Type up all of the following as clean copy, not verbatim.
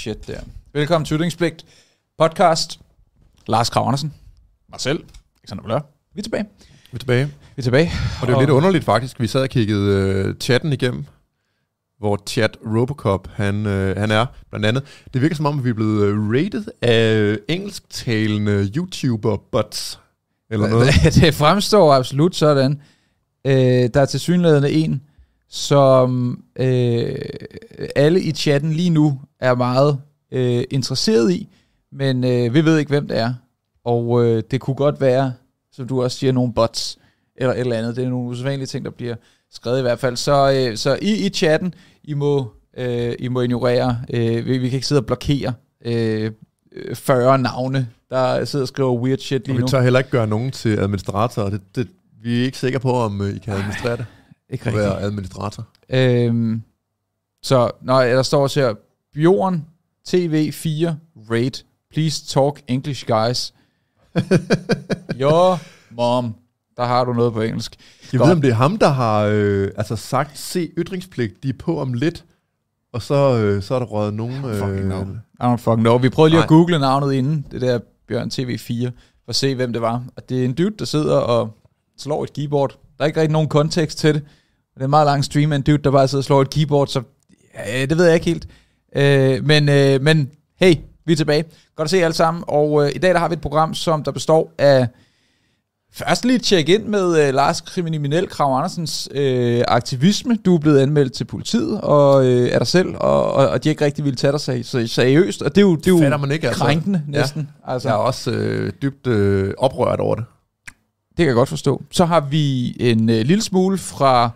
shit der. Velkommen til Ytringspligt podcast. Lars Krag Andersen, mig selv, Alexander Blør. Vi er tilbage. Og det er jo lidt underligt faktisk. Vi sad og kiggede chatten igennem, hvor Chat Robocop han er, blandt andet. Det virker som om, vi er blevet rated af engelsktalende YouTuber-bots, eller noget. Det fremstår absolut sådan. Der er tilsyneladende en, som alle i chatten lige nu er meget interesseret i, men vi ved ikke, hvem det er. Og det kunne godt være, som du også siger, nogle bots, eller et eller andet. Det er nogle usædvanlige ting, der bliver skrevet i hvert fald. Så i chatten, I må ignorere. Vi kan ikke sidde og blokere 40 navne, der sidder og skriver weird shit lige nu. Og vi tør heller ikke gøre nogen til administratorer. Vi er ikke sikre på, om I kan administrere det. Ikke rigtigt. Være administrator. Så der står så her, Bjorn TV4 Raid. Please talk English, guys. Jo, mom. Der har du noget på engelsk. Jeg ved, om det er ham, der har sagt, se Ytringspligt, de er på om lidt, og så er der røget nogen... I don't fucking know. Vi prøvede lige at google navnet inden, det der Bjørn TV4, for at se, hvem det var. Og det er en dude, der sidder og slår et keyboard. Der er ikke rigtig nogen kontekst til det. Det er en meget lang stream af en dude, der bare sidder og slår et keyboard, så det ved jeg ikke helt. Men hey, vi er tilbage. Godt at se alle sammen. Og i dag der har vi et program, som der består af... Først lige tjek ind med Lars Kriminel Krag Andersens aktivisme. Du er blevet anmeldt til politiet og er dig selv, og de ikke rigtig ville tage dig seriøst. Og det er jo man ikke, krænkende næsten. Ja. Altså. Jeg er også dybt oprørt over det. Det kan jeg godt forstå. Så har vi en lille smule fra...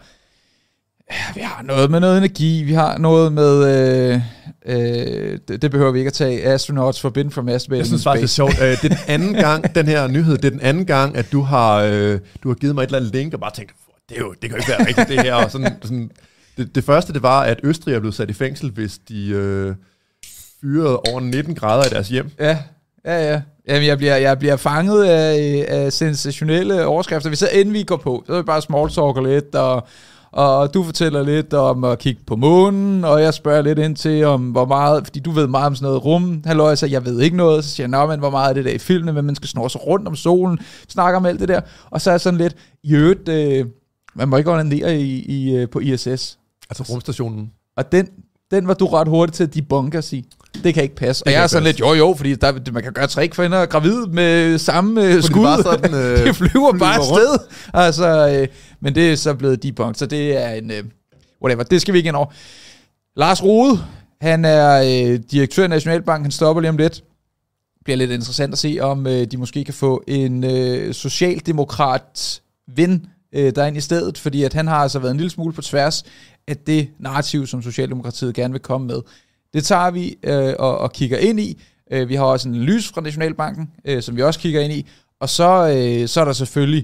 vi har noget med noget energi. Vi har noget med... det behøver vi ikke at tage. Astronauts forbidden from masturbating. Jeg synes faktisk, det er sjovt. Det er den anden gang, den her nyhed, det er den anden gang, at du har givet mig et eller andet link, og bare tænkt, det kan jo ikke være rigtigt, det her. Og sådan, det første, det var, at Østrig er blevet sat i fængsel, hvis de fyrede over 19 grader i deres hjem. Ja. Jamen, jeg bliver fanget af sensationelle overskrifter. Inden vi går på, så er vi bare smalltalker lidt, og du fortæller lidt om at kigge på månen, og jeg spørger lidt ind til, om hvor meget, fordi du ved meget om sådan noget rum, halløj, så jeg ved ikke noget, så siger jeg, men hvor meget er det der i filmene, men man skal snurre sig rundt om solen, snakker om alt det der, og så er sådan lidt, i øvrigt, man må ikke onanere på ISS. Altså rumstationen. Og den var du ret hurtigt til at debunke og sige, det kan ikke passe. Og jeg er sådan lidt, jo, fordi man kan gøre 3 kvinder gravide med samme skud. Sådan, det flyver bare afsted. Altså, men det er så blevet debunked, så det er en... whatever, det skal vi ikke ind over. Lars Rode, han er direktør i Nationalbanken, han stopper lige om lidt. Det bliver lidt interessant at se, om de måske kan få en socialdemokrat ven derind i stedet, fordi at han har altså været en lille smule på tværs af det narrativ, som Socialdemokratiet gerne vil komme med. Det tager vi og kigger ind i. Vi har også en analyse fra Nationalbanken, som vi også kigger ind i. Og så er der selvfølgelig,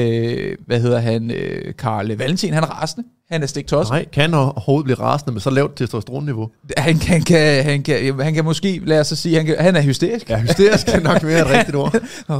Carl Valentin, han er rasende. Han er stiktosset. Nej, kan overhovedet blive rasende med så lavt testosteronniveau? Han kan måske, lad os sige, han er hysterisk. Ja, hysterisk er nok mere et rigtigt ord.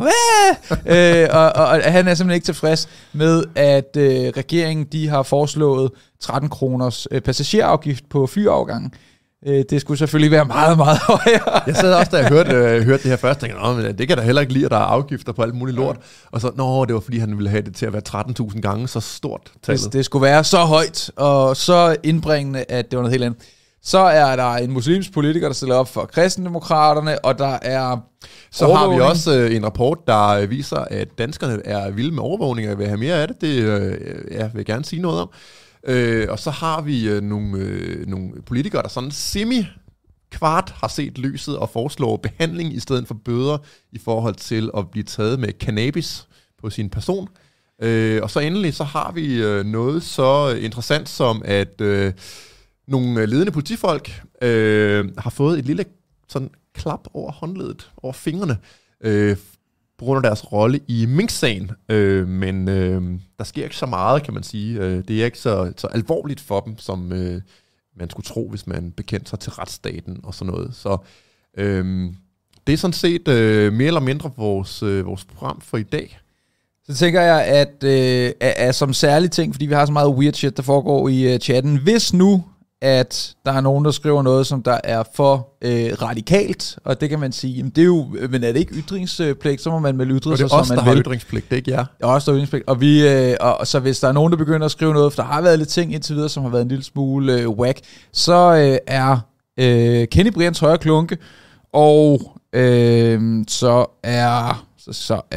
Og han er simpelthen ikke tilfreds med, at regeringen de har foreslået 13 kroners passagerafgift på flyafgangen. Det skulle selvfølgelig være meget, meget højere. Jeg sad også, da jeg hørte det her først, og tænkte, men det kan da heller ikke lide, at der er afgifter på alt muligt lort. Og så, det var fordi, han ville have det til at være 13.000 gange så stort tallet. Det skulle være så højt, og så indbringende, at det var noget helt andet. Så er der en muslimsk politiker, der stiller op for kristendemokraterne, og der er så har vi også en rapport, der viser, at danskerne er vilde med overvågning, og vil have mere af det. Det vil jeg gerne sige noget om. Og så har vi nogle politikere, der sådan semi-kvart har set lyset og foreslår behandling i stedet for bøder i forhold til at blive taget med cannabis på sin person. Og så endelig så har vi noget så interessant som, at nogle ledende politifolk har fået et lille sådan klap over håndledet, over fingrene, på grund af deres rolle i Mink-sagen. Men der sker ikke så meget, kan man sige. Det er ikke så alvorligt for dem, som man skulle tro, hvis man bekendte sig til retsstaten og sådan noget. Så det er sådan set mere eller mindre vores program for i dag. Så tænker jeg, at som særlig ting, fordi vi har så meget weird shit, der foregår i chatten, hvis nu, at der er nogen, der skriver noget, som der er for radikalt, og det kan man sige, jamen det er jo, men er det ikke ytringspligt, så må man vel ytre sig, som man vil. Og det er os, der har ytringspligt, det er ikke jer. Ja, også der er ytringspligt, og så hvis der er nogen, der begynder at skrive noget, for der har været lidt ting indtil videre, som har været en lille smule whack, så er Kenny Brians højre klunke, og så er... Du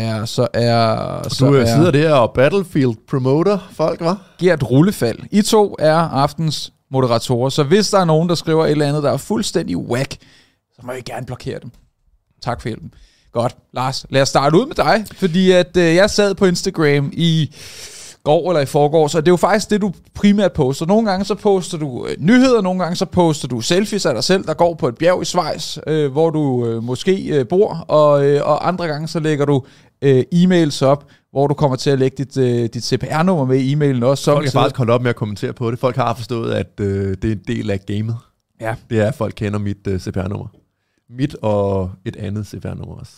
sidder der og Battlefield promoter folk, hva'? Gert Rullefald. I to er aftens moderatorer, så hvis der er nogen, der skriver et eller andet, der er fuldstændig whack, så må I gerne blokere dem. Tak for hjælpen. Godt, Lars, lad os starte ud med dig, fordi at jeg sad på Instagram i går eller i forgårs, og det er jo faktisk det, du primært poster. Nogle gange så poster du nyheder, nogle gange så poster du selfies af dig selv, der går på et bjerg i Schweiz, hvor du måske bor, og andre gange så lægger du e-mails op, hvor du kommer til at lægge dit CPR-nummer med i e-mailen også. Folk er faktisk holdt op med at kommentere på det. Folk har forstået, at det er en del af gamet. Ja. Det er, at folk kender mit CPR-nummer. Mit og et andet CPR-nummer også.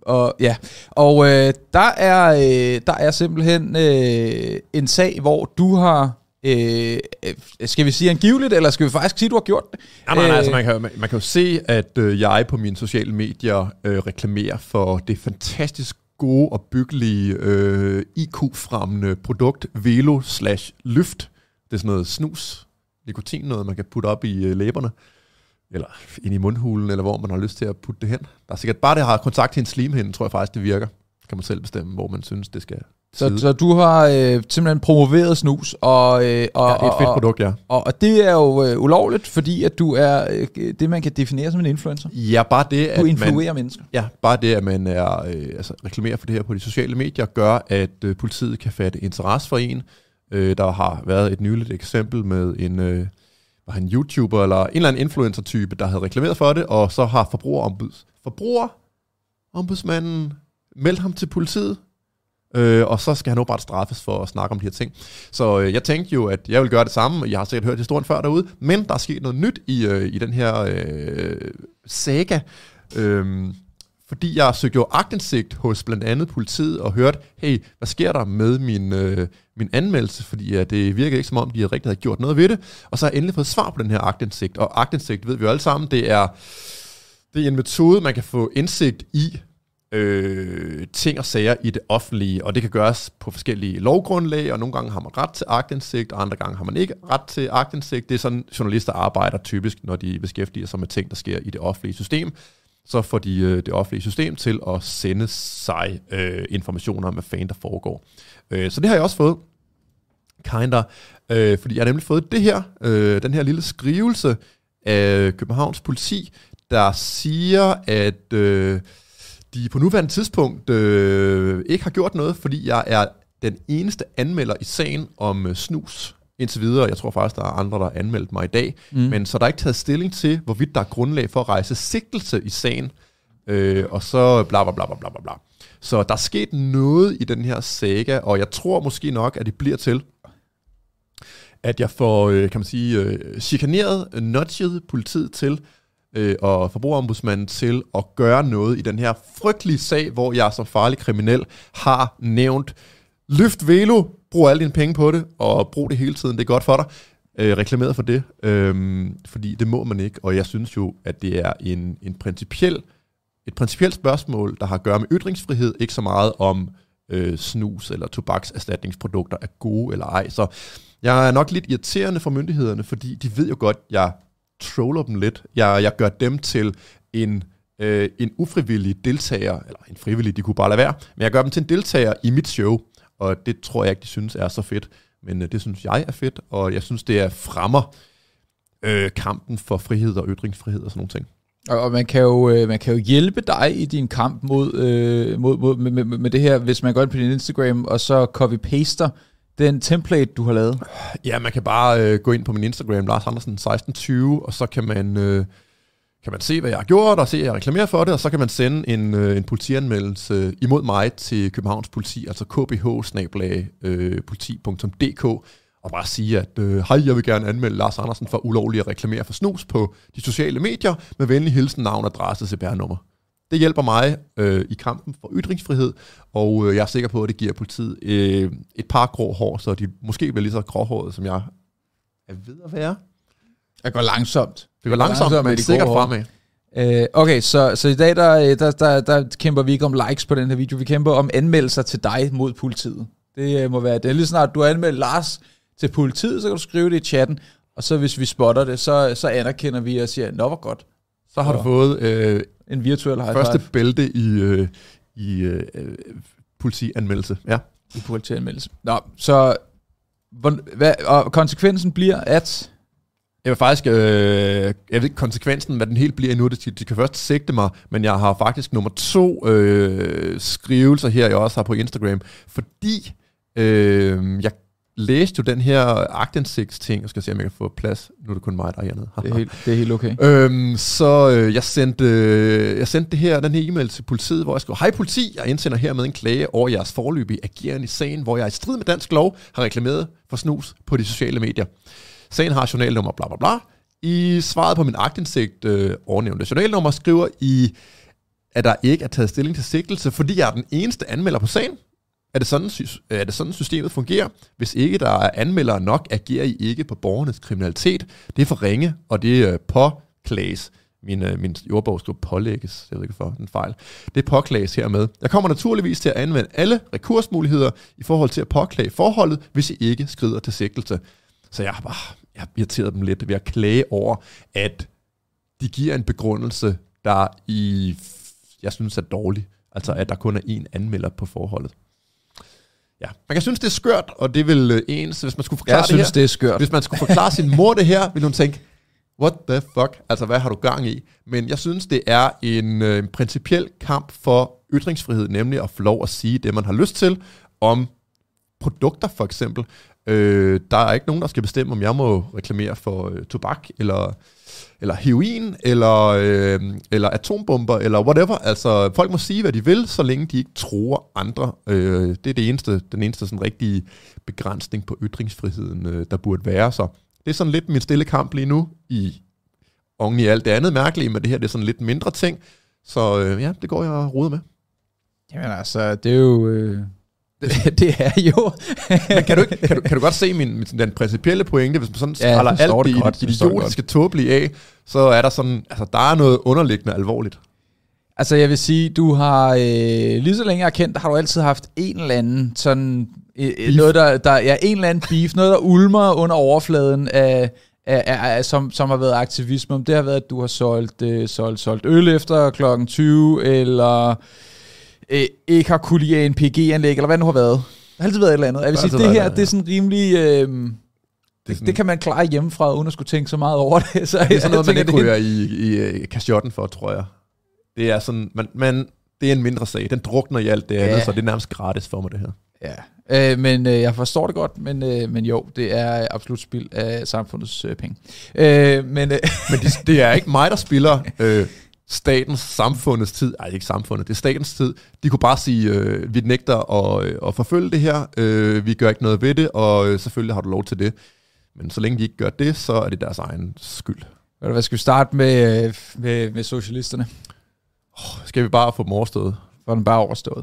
Der er simpelthen en sag, hvor du har, skal vi sige angiveligt, eller skal vi faktisk sige, du har gjort det? Jamen, altså, man kan jo se, at jeg på mine sociale medier reklamerer for det fantastisk gode og byggelige IQ-fremmende produkt Velo/Lyft. Det er sådan noget snus, nikotin, noget man kan putte op i læberne. Eller ind i mundhulen, eller hvor man har lyst til at putte det hen. Der er sikkert bare det har kontakt til en slimhinde, tror jeg faktisk, det virker. Kan man selv bestemme, hvor man synes, det skal sidde. Så du har simpelthen promoveret snus, og et fedt produkt, ja. Og det er jo ulovligt, fordi at du er det, man kan definere som en influencer. Ja, bare det, at du influerer mennesker. Ja, bare det, at man reklamerer for det her på de sociale medier, gør, at politiet kan fatte interesse for en. Der har været et nyligt eksempel med en YouTuber eller en eller anden influencer-type, der havde reklameret for det, og så har forbrugerombudsmanden meldt ham til politiet, og så skal han åbenbart straffes for at snakke om de her ting. Så jeg tænkte jo, at jeg ville gøre det samme, og jeg har sikkert hørt historien før derude, men der er sket noget nyt i den her saga, fordi jeg søgte jo aktindsigt hos blandt andet politiet og hørte, hey, hvad sker der med min anmeldelse, fordi det virker ikke som om, de rigtig havde gjort noget ved det, og så har jeg endelig fået svar på den her aktindsigt, og aktindsigt ved vi jo alle sammen, det er en metode, man kan få indsigt i ting og sager i det offentlige, og det kan gøres på forskellige lovgrundlag, og nogle gange har man ret til aktindsigt, og andre gange har man ikke ret til aktindsigt. Det er sådan, journalister arbejder typisk, når de beskæftiger sig med ting, der sker i det offentlige system. Så får de det offentlige system til at sende sig informationer om, hvad fanden der foregår. Så det har jeg også fået, fordi jeg har nemlig fået det her, den her lille skrivelse af Københavns politi, der siger, at de på nuværende tidspunkt ikke har gjort noget, fordi jeg er den eneste anmelder i sagen om snus indtil videre. Jeg tror faktisk, der er andre, der har anmeldt mig i dag. Men så der er ikke taget stilling til, hvorvidt der er grundlag for at rejse sigtelse i sagen. Og så bla bla bla bla bla bla. Så der er sket noget i den her saga, og jeg tror måske nok, at det bliver til, at jeg får, kan man sige, chikaneret, nudget politiet til, og forbrugerombudsmanden til at gøre noget i den her frygtelige sag, hvor jeg som farlig kriminel har nævnt, løft Velo, brug alle dine penge på det, og brug det hele tiden, det er godt for dig. Reklameret for det, fordi det må man ikke, og jeg synes jo, at det er et principielt spørgsmål, der har at gøre med ytringsfrihed, ikke så meget om snus eller tobakserstatningsprodukter er gode eller ej. Så jeg er nok lidt irriterende for myndighederne, fordi de ved jo godt, jeg troller dem lidt. Jeg gør dem til en ufrivillig deltager, eller en frivillig, de kunne bare lade være, men jeg gør dem til en deltager i mit show, og det tror jeg ikke, de synes er så fedt, men det synes jeg er fedt, og jeg synes, det er fremmer kampen for frihed og ytringsfrihed og sådan nogle ting. Og man kan jo hjælpe dig i din kamp med det her, hvis man går ind på din Instagram, og så copy-paster den template, du har lavet. Ja, man kan bare gå ind på min Instagram, Lars Andersen 1620, og så kan man se, hvad jeg har gjort, og se, at jeg reklamerer for det, og så kan man sende en politianmeldelse imod mig til Københavns Politi, altså kbh@politi.dk, og bare sige, at hej, jeg vil gerne anmelde Lars Andersen for ulovligt at reklamere for snus på de sociale medier, med venlig hilsen, navn, adresse, CPR-nummer. Det hjælper mig i kampen for ytringsfrihed, og jeg er sikker på, at det giver politiet et par grå hår, så de måske bliver lige så gråhårede, som jeg er ved at være. Det går langsomt. Det går langsomt, men sikkert fremad. Okay, så i dag, der kæmper vi ikke om likes på den her video. Vi kæmper om anmeldelser til dig mod politiet. Det må være det. Lige snart du har anmeldt Lars til politiet, så kan du skrive det i chatten. Og så hvis vi spotter det, så anerkender vi og siger, nå, hvor godt. Så har du fået en virtuel high første bælte i politianmeldelse. Ja. I politianmeldelse. Nå, så og konsekvensen bliver, at... Jeg vil faktisk, jeg ved ikke konsekvensen, hvad den helt bliver endnu. De kan først sigte mig, men jeg har faktisk nummer 2 skrivelser her, jeg også har på Instagram, fordi jeg læste jo den her aktindsigtsting, og skal se, om jeg kan få plads. Nu er det kun mig, der er hernede. Det er helt okay. Så jeg sendte den her e-mail til politiet, hvor jeg skrev, hej politi, jeg indsender hermed en klage over jeres foreløbige agerende i sagen, hvor jeg i strid med dansk lov har reklameret for snus på de sociale medier. Sagen har journalnummer bla bla bla. I svaret på min aktindsigt overnævnte journalnummer skriver I, at der ikke er taget stilling til sigtelse, fordi jeg er den eneste anmelder på sagen. Er det sådan systemet fungerer? Hvis ikke der er anmeldere nok, agerer I ikke på borgernes kriminalitet. Det er for ringe, og det påklages. Min jordbog skulle pålægges, jeg ved ikke hvorfor, den fejl. Det påklages hermed. Jeg kommer naturligvis til at anvende alle rekursmuligheder i forhold til at påklage forholdet, hvis I ikke skrider til sigtelse. Så jeg har irriteret dem lidt ved at klage over, at de giver en begrundelse, der jeg synes er dårlig. Altså, at der kun er én anmelder på forholdet. Ja, man kan synes, det er skørt, og det vil ens, hvis man skulle forklare det her. Jeg synes, det er skørt. Hvis man skulle forklare sin mor det her, ville hun tænke, what the fuck? Altså, hvad har du gang i? Men jeg synes, det er en principiel kamp for ytringsfrihed, nemlig at få lov at sige det, man har lyst til, om produkter for eksempel. Der er ikke nogen, der skal bestemme, om jeg må reklamere for tobak, eller heroin, eller atombomber, eller whatever. Altså, folk må sige, hvad de vil, så længe de ikke truer andre. Det er den eneste sådan rigtige begrænsning på ytringsfriheden, der burde være. Så det er sådan lidt min stille kamp lige nu, oven i alt det andet mærkelige, men det her det er sådan lidt mindre ting. Så ja, det går jeg og roder med. Jamen altså, det er jo... Det er jo... Men kan du godt se den principielle pointe, hvis man sådan skræller alt det idiotiske tåbelige af, så er der sådan, altså der er noget underliggende alvorligt. Altså jeg vil sige, du har lige så længe jeg har kendt, har du altid haft en eller anden sådan noget en eller anden beef, noget der ulmer under overfladen af som har været aktivisme. Om det har været, at du har solgt øl efter klokken 20 eller ikke har kunne lide en PG-anlæg, eller hvad det nu har været. Det har altid været et eller andet. Jeg vil sige, det her, det er sådan rimelig... Det kan man klare hjemmefra, uden at skulle tænke så meget over det. Så det er sådan noget, man ikke ryger i kasjotten for, tror jeg. Det er sådan... det er en mindre sag. Den drukner i alt det andet, så det er nærmest gratis for mig, det her. Ja, men jeg forstår det godt, men jo, det er absolut spild af samfundets penge. Men det er ikke mig, der spiller... statens, samfundets tid, ikke samfundet, det er statens tid, de kunne bare sige, vi nægter at forfølge det her, vi gør ikke noget ved det, og selvfølgelig har du lov til det. Men så længe de ikke gør det, så er det deres egen skyld. Hvad skal vi starte med socialisterne? Skal vi bare få dem overstået? Få dem bare overstået.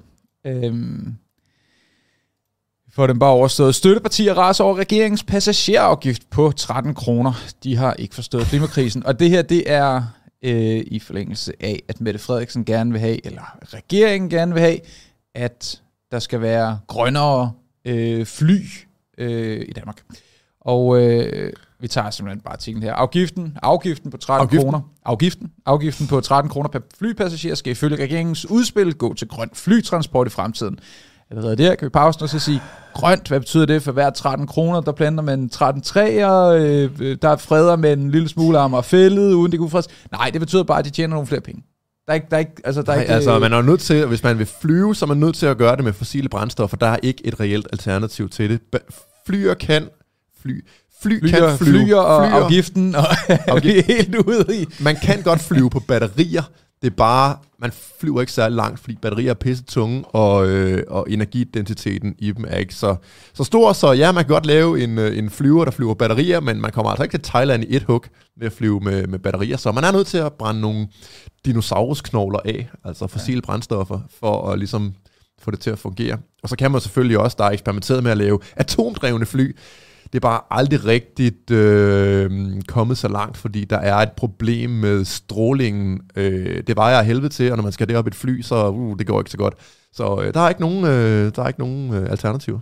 Få dem bare overstået. Støttepartier raser over regeringens passagerafgift på 13 kroner. De har ikke forstået klimakrisen. Og det her, det er... i forlængelse af, at Mette Frederiksen gerne vil have, eller regeringen gerne vil have, at der skal være grønnere fly i Danmark. Og vi tager simpelthen bare artiklen her. Afgiften på 13 kroner. Afgiften på 13 kroner per flypassager skal ifølge regeringens udspil gå til grøn flytransport i fremtiden. Allerede der kan vi pause og så sige, grønt, hvad betyder det for hver 13 kroner? Der planter man 13 træer, der freder med en lille smule Amagerfællet, uden det kunne freds. Nej, det betyder bare, at de tjener nogle flere penge. Man er nødt til, hvis man vil flyve, så er man nødt til at gøre det med fossile brændstoffer. Der er ikke et reelt alternativ til det. Fly kan flyve. Og afgiften, og vi er helt ude i. Man kan godt flyve på batterier. Det er bare, man flyver ikke særlig langt, fordi batterier er pisse tunge, og energidensiteten i dem er ikke så stor. Så ja, man kan godt lave en flyver, der flyver batterier, men man kommer altså ikke til Thailand i et hug ved at flyve med batterier. Så man er nødt til at brænde nogle dinosaurusknogler af, altså fossile brændstoffer, for at ligesom få det til at fungere. Og så kan man selvfølgelig også, der er eksperimenteret med at lave atomdrevne fly. det er bare aldrig rigtigt kommet så langt, fordi der er et problem med strålingen. Det vejer af helvede til, og når man skal derop et fly, så det går ikke så godt. Så der er ikke nogen alternativer.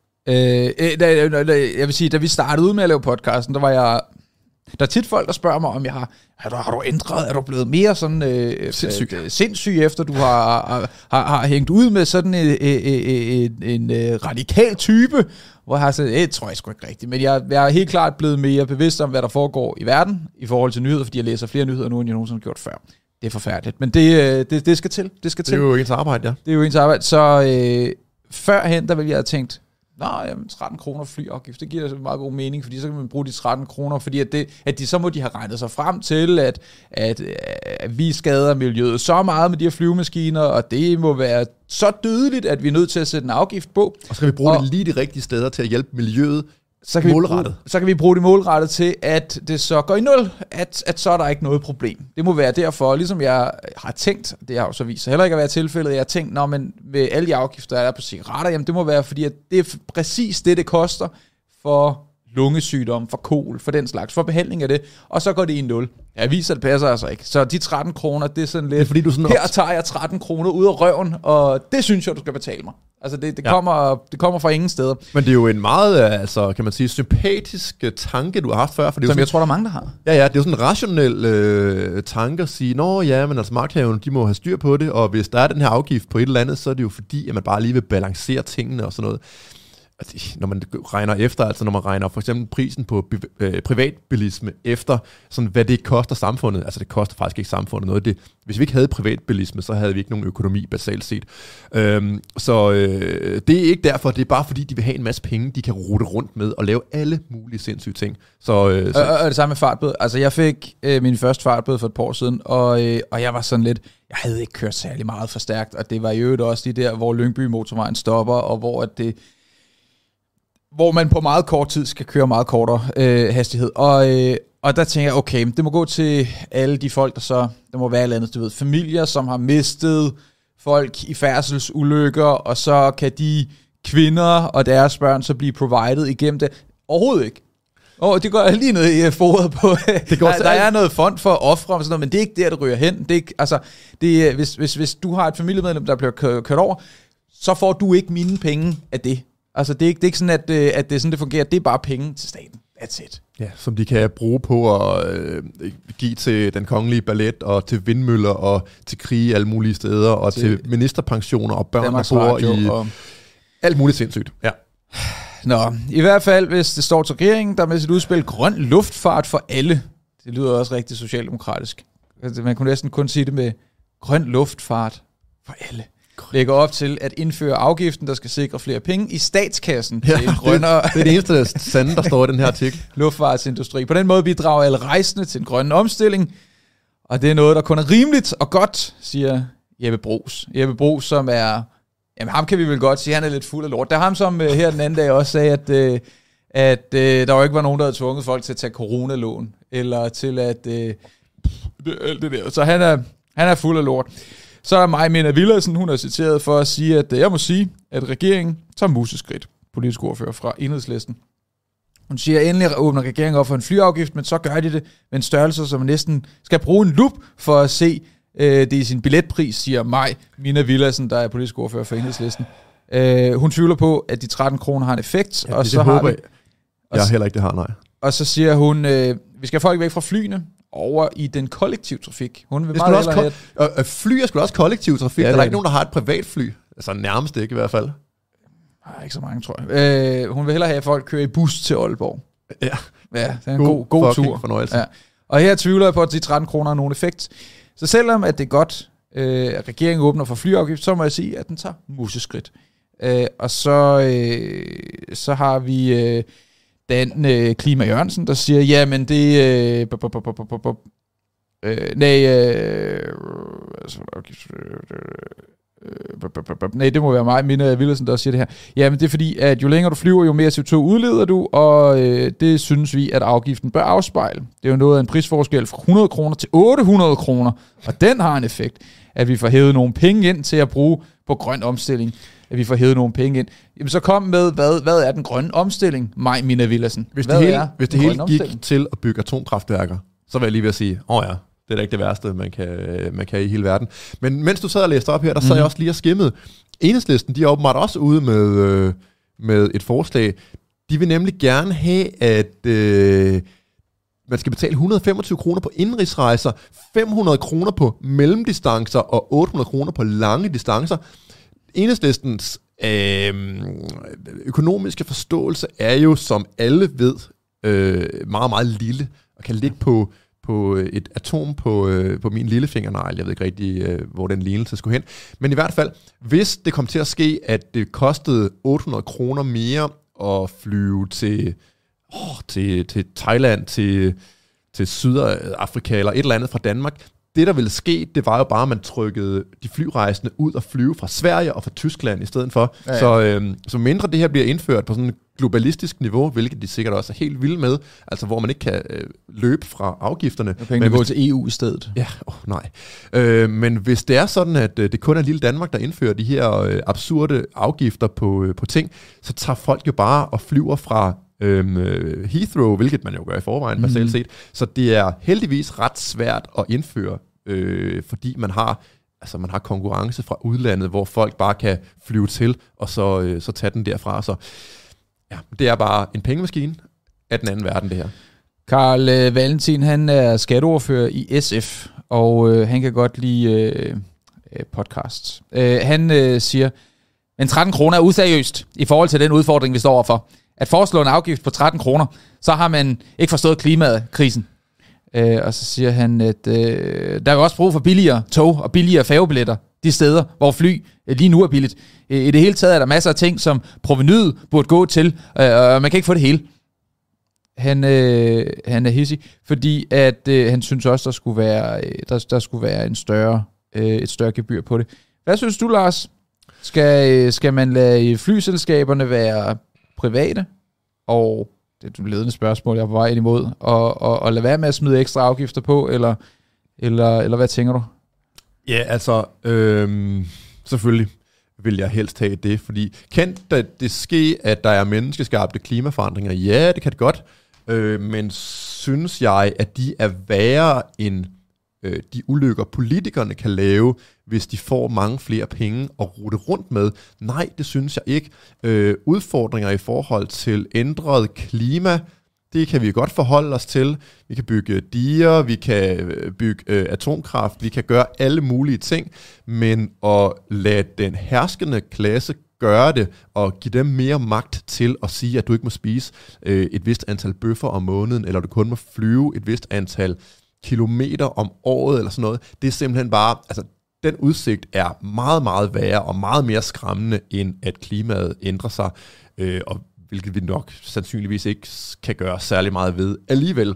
Jeg vil sige, da vi startede ud med at lave podcasten, der er tit folk, der spørger mig, om jeg har du ændret, er du blevet mere sådan sindssyg, efter du har hængt ud med sådan en radikal type, hvor jeg har sagt, det tror jeg sgu ikke rigtigt, men jeg er helt klart blevet mere bevidst om, hvad der foregår i verden, i forhold til nyheder, fordi jeg læser flere nyheder nu, end jeg nogensinde har gjort før. Det er forfærdeligt, men det skal til. Det er jo ens arbejde, ja. Det er jo ens arbejde, så førhen, der ville jeg have tænkt, 13 kroner flyafgift, det giver meget god mening, fordi så kan man bruge de 13 kroner, fordi at de så må de have regnet sig frem til, at vi skader miljøet så meget med de her flyvemaskiner, og det må være så dødeligt, at vi er nødt til at sætte en afgift på. Og så kan vi bruge det lige de rigtige steder til at hjælpe miljøet målrettet. Så kan vi bruge det målrettet til, at det så går i nul, at så er der ikke noget problem. Det må være derfor, ligesom jeg har tænkt, det har jo så vist sig heller ikke at være tilfældet, jeg har tænkt, men med alle de afgifter, der er på cigaretter, jamen det må være, fordi at det er præcis det koster for lungesygdom, for kol, for den slags, for behandling af det, og så går det i nul. Jeg viser, det passer altså ikke. Så de 13 kroner, det er sådan lidt, fordi du sådan her tager jeg 13 kroner ud af røven, og det synes jeg, du skal betale mig. Altså det kommer fra ingen steder. Men det er jo en meget, kan man sige, sympatisk tanke, du har haft før. For det som jeg tror, der er mange, der har. Ja, det er jo sådan en rationel tanke at sige, men altså magthaverne, de må have styr på det, og hvis der er den her afgift på et eller andet, så er det jo fordi, at man bare lige vil balancere tingene og sådan noget. Når man regner efter, altså når man regner for eksempel prisen på privatbilisme efter, sådan hvad det koster samfundet, altså det koster faktisk ikke samfundet noget. Hvis vi ikke havde privatbilisme, så havde vi ikke nogen økonomi basalt set. Så det er ikke derfor, det er bare fordi, de vil have en masse penge, de kan rute rundt med og lave alle mulige sindssyge ting. Og det samme med fartbøde. Altså jeg fik min første fartbøde for et par år siden, og jeg var sådan lidt, jeg havde ikke kørt særlig meget for stærkt, og det var i øvrigt også de der, hvor Lyngby motorvejen stopper, og hvor man på meget kort tid skal køre meget kortere hastighed. Og der tænker jeg, okay, det må gå til alle de folk, der må være et eller andet, du ved, familier, som har mistet folk i færdselsulykker, og så kan de kvinder og deres børn så blive provided igennem det. Overhovedet ikke. Det går lige ned i foret på. Der er noget fond for ofre og sådan noget, men det er ikke der, det ryger hen. Det er ikke, altså, hvis du har et familiemedlem, der bliver kørt over, så får du ikke mine penge af det. Altså, det er ikke sådan, at det er sådan, det fungerer. Det er bare penge til staten. That's it. Ja, som de kan bruge på at give til den kongelige ballet, og til vindmøller, og til krige alle mulige steder, og til ministerpensioner, og børn, der bor i og alt muligt sindssygt. Ja. Nå, i hvert fald, hvis det står til regeringen, der med sit udspil grøn luftfart for alle. Det lyder også rigtig socialdemokratisk. Man kunne næsten kun sige det med grøn luftfart for alle. Lægger op til at indføre afgiften, der skal sikre flere penge i statskassen. Ja, det er det eneste sande, der står i den her artikel. Luftfartsindustri. På den måde bidrager alle rejsende til en grøn omstilling, og det er noget, der kun er rimeligt og godt, siger Jeppe Bruus. Jeppe Bruus, som er... Jamen, ham kan vi vel godt sige, han er lidt fuld af lort. Det er ham, som her den anden dag også sagde, at der jo ikke var nogen, der havde tvunget folk til at tage coronalån, eller til at... alt det der. Så han er fuld af lort. Så er Maja Minna Villadsen, hun er citeret for at sige, at jeg må sige, at regeringen tager museskridt, politisk ordfører fra Enhedslisten. Hun siger, at endelig åbner regeringen op for en flyafgift, men så gør de det med en størrelse, som man næsten skal bruge en lup for at se det i sin billetpris, siger Maja Minna Villadsen, der er politisk ordfører for Enhedslisten. Hun tvivler på, at de 13 kroner har en effekt. Ja, og så håber jeg heller ikke, det har, nej. Og så siger hun, vi skal have folk væk fra flyene, over i den kollektive trafik. Hun vil meget hellere have... Fly er sgu da også kollektiv trafik. Ja, der er ikke nogen, der har et privatfly. Altså nærmest ikke i hvert fald. Nej, ikke så mange, tror jeg. Hun vil hellere have, at folk kører i bus til Aalborg. Ja. Ja, det er en god tur. Fornøjelse. Ja. Og her tvivler jeg på, at de 13 kroner har nogen effekt. Så selvom at det er godt, at regeringen åbner for flyafgift, så må jeg sige, at den tager museskridt. Og så har vi... Dan Klima Jørgensen, der siger, jamen det... Nej, det må være mig, Minna Villadsen, der siger det her. Jamen det er fordi, at jo længere du flyver, jo mere CO2 udleder du, og det synes vi, at afgiften bør afspejle. Det er jo noget af en prisforskel fra 100 kroner til 800 kroner, og den har en effekt, at vi får hævet nogle penge ind til at bruge på grøn omstilling. at vi får hævet nogle penge ind. Jamen så kom med, hvad er den grønne omstilling, Mai Mina Villadsen? Hvis det hele gik til at bygge atomkraftværker, så vil jeg lige ved at sige, det er da ikke det værste, man kan i hele verden. Men mens du sad og læste op her, der sad jeg også lige og skimmede. Enhedslisten, de er åbenbart også ude med et forslag. De vil nemlig gerne have, at man skal betale 125 kroner på indrigsrejser, 500 kroner på mellemdistancer og 800 kroner på lange distancer. Enhedslistens økonomiske forståelse er jo, som alle ved, meget, meget lille, og kan ligge på et atom på min lillefingernegl. Jeg ved ikke rigtig, hvor den lignelse skulle hen. Men i hvert fald, hvis det kom til at ske, at det kostede 800 kroner mere at flyve til Thailand, til Sydafrika eller et eller andet fra Danmark. Det, der ville ske, det var jo bare, at man trykkede de flyrejsende ud og flyve fra Sverige og fra Tyskland i stedet for. Ja. Så mindre det her bliver indført på sådan et globalistisk niveau, hvilket de sikkert også er helt vilde med, altså hvor man ikke kan løbe fra afgifterne. Pengene går til EU i stedet. Ja, nej. Men hvis det er sådan, at det kun er lille Danmark, der indfører de her absurde afgifter på ting, så tager folk jo bare og flyver fra Heathrow, hvilket man jo gør i forvejen, basalt set. Så det er heldigvis ret svært at indføre, fordi man har konkurrence fra udlandet, hvor folk bare kan flyve til, og så tage den derfra. Så ja, det er bare en pengemaskine af den anden verden, det her. Carl Valentin, han er skatteordfører i SF, og han kan godt lide podcasts. Han siger, men 13 kroner er useriøst i forhold til den udfordring, vi står overfor. At foreslå en afgift på 13 kroner, så har man ikke forstået klimakrisen. Og så siger han, at der er jo også brug for billigere tog og billigere færgebilletter de steder, hvor fly lige nu er billigt. I det hele taget er der masser af ting, som provenyet burde gå til, og man kan ikke få det hele. Han er hissig, fordi at han synes også, der skulle være et større gebyr på det. Hvad synes du, Lars? Skal man lade flyselskaberne være private, og det er et ledende spørgsmål, jeg er på vej ind imod, og lade være med at smide ekstra afgifter på, eller hvad tænker du? Ja, altså, selvfølgelig vil jeg helst have det, fordi kan det ske, at der er menneskeskabte klimaforandringer? Ja, det kan det godt, men synes jeg, at de er værre end de ulykker, politikerne kan lave, hvis de får mange flere penge at rute rundt med? Nej, det synes jeg ikke. Udfordringer i forhold til ændret klima, det kan vi godt forholde os til. Vi kan bygge diger, vi kan bygge atomkraft, vi kan gøre alle mulige ting, men at lade den herskende klasse gøre det, og give dem mere magt til at sige, at du ikke må spise et vist antal bøffer om måneden, eller du kun må flyve et vist antal kilometer om året, eller sådan noget. Det er simpelthen bare, altså den udsigt er meget, meget værre, og meget mere skræmmende, end at klimaet ændrer sig, og hvilket vi nok sandsynligvis ikke kan gøre særlig meget ved alligevel.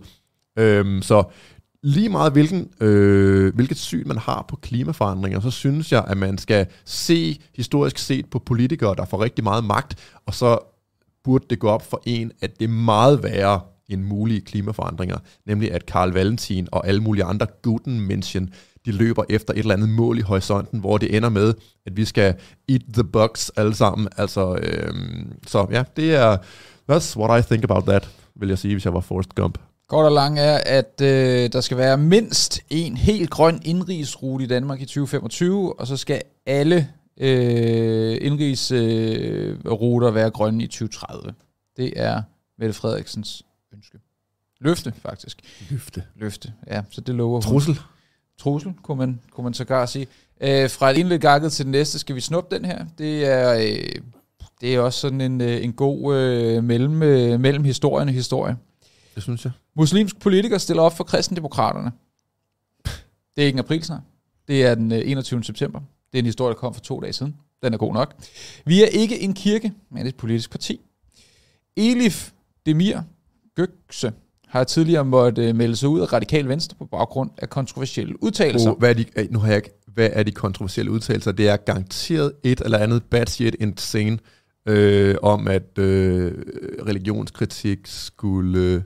Så lige meget hvilket syn man har på klimaforandringer, så synes jeg, at man skal se historisk set på politikere, der får rigtig meget magt, og så burde det gå op for en, at det er meget værre end mulige klimaforandringer, nemlig at Carl Valentin og alle mulige andre Gutenmenschen, de løber efter et eller andet mål i horisonten, hvor det ender med, at vi skal eat the bugs alle sammen. Altså, så ja, det er that's what I think about that, vil jeg sige, hvis jeg var Forrest Gump. Kort og lang er, at der skal være mindst en helt grøn indrigsrute i Danmark i 2025, og så skal alle indrigsruter være grønne i 2030. Det er Mette Frederiksens ønske. Løfte, faktisk. Løfte, ja, så det lover hun. Trussel, kunne man sågar sige. Fra et indlæg gakket til den næste, skal vi snuppe den her. Det er også sådan en god mellem historien og historie. Det synes jeg. Muslimsk politiker stiller op for kristendemokraterne. Det er ikke en aprilsnar. Det er den 21. september. Det er en historie, der kom for 2 dage siden. Den er god nok. Vi er ikke en kirke, men et politisk parti. Elif Demir Gökse har tidligere måtte melde sig ud af Radikal Venstre på baggrund af kontroversielle udtalelser. Hvad er de kontroversielle udtalelser? Det er garanteret et eller andet bad shit insane om, at religionskritik skulle...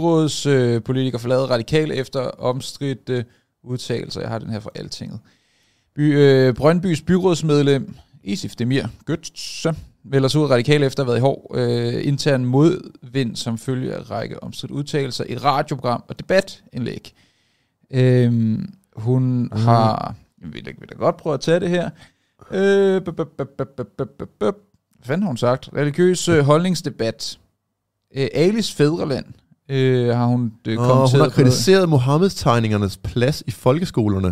byrådspolitiker forlader Radikale efter omstridte udtalelser. Jeg har den her fra Altinget. Brøndbys byrådsmedlem Isif Demir Götze melder sig ud radikale efter at have været i hård intern modvind som følge af række omstridt udtalelser i et radioprogram og debatindlæg. Hun har... Jeg vil da godt prøve at tage det her. Hvad fanden har hun sagt? Religiøs holdningsdebat. Alice Fædreland har hun kommenteret. Hun har kritiseret Mohammed-tegningernes plads i folkeskolerne.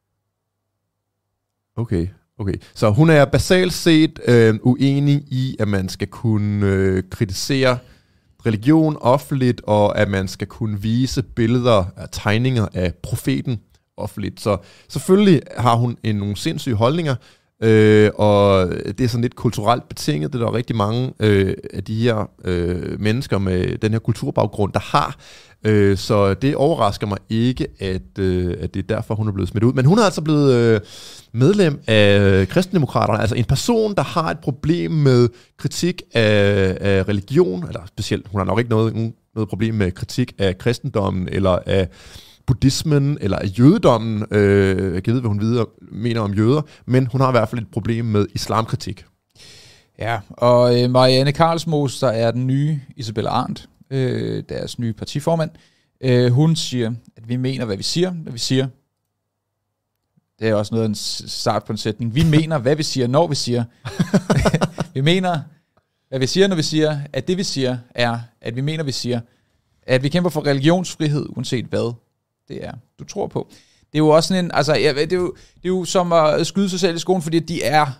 Okay. Så hun er basalt set uenig i, at man skal kunne kritisere religion offentligt, og at man skal kunne vise billeder af tegninger af profeten offentligt. Så selvfølgelig har hun nogle sindssyge holdninger, og det er sådan lidt kulturelt betinget. Det er der rigtig mange af de her mennesker med den her kulturbaggrund, der har. Så det overrasker mig ikke, at det er derfor, hun er blevet smidt ud. Men hun er altså blevet medlem af Kristendemokraterne, altså en person, der har et problem med kritik af religion, eller specielt, hun har nok ikke noget problem med kritik af kristendommen, eller af buddhismen, eller af jødedommen. Jeg ved, hvad hun mener om jøder, men hun har i hvert fald et problem med islamkritik. Ja, og Marianne Karlsmose, der er den nye Isabella Arndt, deres nye partiformand, hun siger, at vi mener, hvad vi siger, når vi siger. Det er også noget af en start på en sætning. Vi mener, hvad vi siger, når vi siger. Vi mener, hvad vi siger, når vi siger, at det vi siger er, at vi mener, vi siger, at vi kæmper for religionsfrihed, uanset hvad det er, du tror på. Det er jo også sådan en, altså, det er jo som at skyde sig selv i skoen, fordi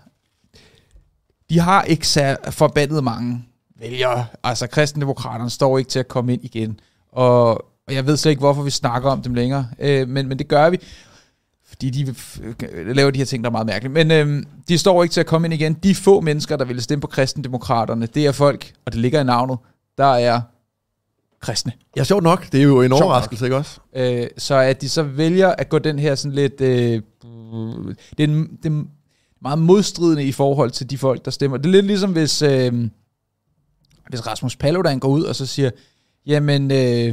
de har ikke så forbandet mange vælgere. Altså, Kristendemokraterne står ikke til at komme ind igen. Og jeg ved slet ikke, hvorfor vi snakker om dem længere. Men det gør vi, fordi de laver de her ting, der er meget mærkelige. Men de står ikke til at komme ind igen. De få mennesker, der vil stemme på Kristendemokraterne, det er folk, og det ligger i navnet, der er kristne. Ja, sjovt nok. Det er jo en overraskelse, ikke også? Så at de så vælger at gå den her sådan lidt... det er meget modstridende i forhold til de folk, der stemmer. Det er lidt ligesom, hvis Rasmus Paludan går ud og så siger, jamen...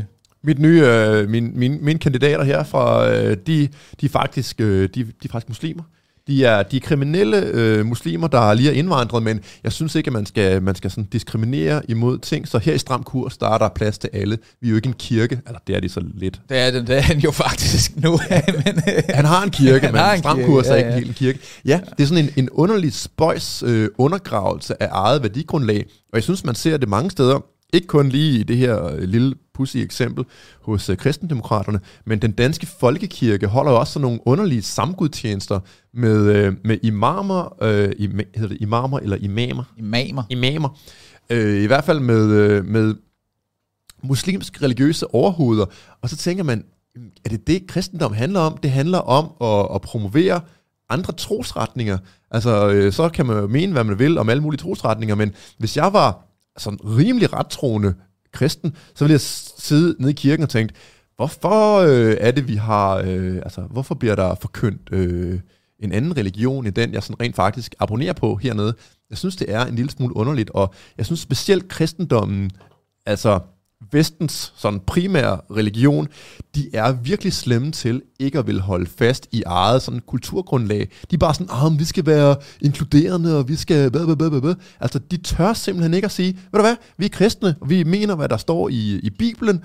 Mine kandidater herfra, de er faktisk muslimer. De er kriminelle muslimer, der lige er indvandret, men jeg synes ikke, at man skal sådan diskriminere imod ting. Så her i Stram Kurs, der er der plads til alle. Vi er jo ikke en kirke, eller det er de så lidt. Det er han jo faktisk nu. Men, han har en kirke, men Stram Kurs er ikke helt en kirke. Ja, det er sådan en underlig spøjs undergravelse af eget værdigrundlag, og jeg synes, man ser det mange steder. Ikke kun lige i det her lille pudsige eksempel hos Kristendemokraterne, men den danske folkekirke holder jo også sådan nogle underlige samgudstjenester med imamer, hedder det imamer eller imamer? Imamer. I hvert fald med muslimske religiøse overhoveder. Og så tænker man, er det kristendom handler om? Det handler om at promovere andre trosretninger. Altså, så kan man jo mene, hvad man vil om alle mulige trosretninger, men hvis jeg var sådan rimelig rettroende kristen, så ville jeg sidde nede i kirken og tænke, hvorfor er det, vi har... hvorfor bliver der forkyndt en anden religion, end den, jeg sådan rent faktisk abonnerer på hernede? Jeg synes, det er en lille smule underligt, og jeg synes specielt kristendommen, altså vestens sådan primære religion, de er virkelig slemme til ikke at vil holde fast i eget sådan kulturgrundlag. De er bare sådan, vi skal være inkluderende, og vi skal... Altså, de tør simpelthen ikke at sige, ved du hvad, vi er kristne, og vi mener, hvad der står i Bibelen,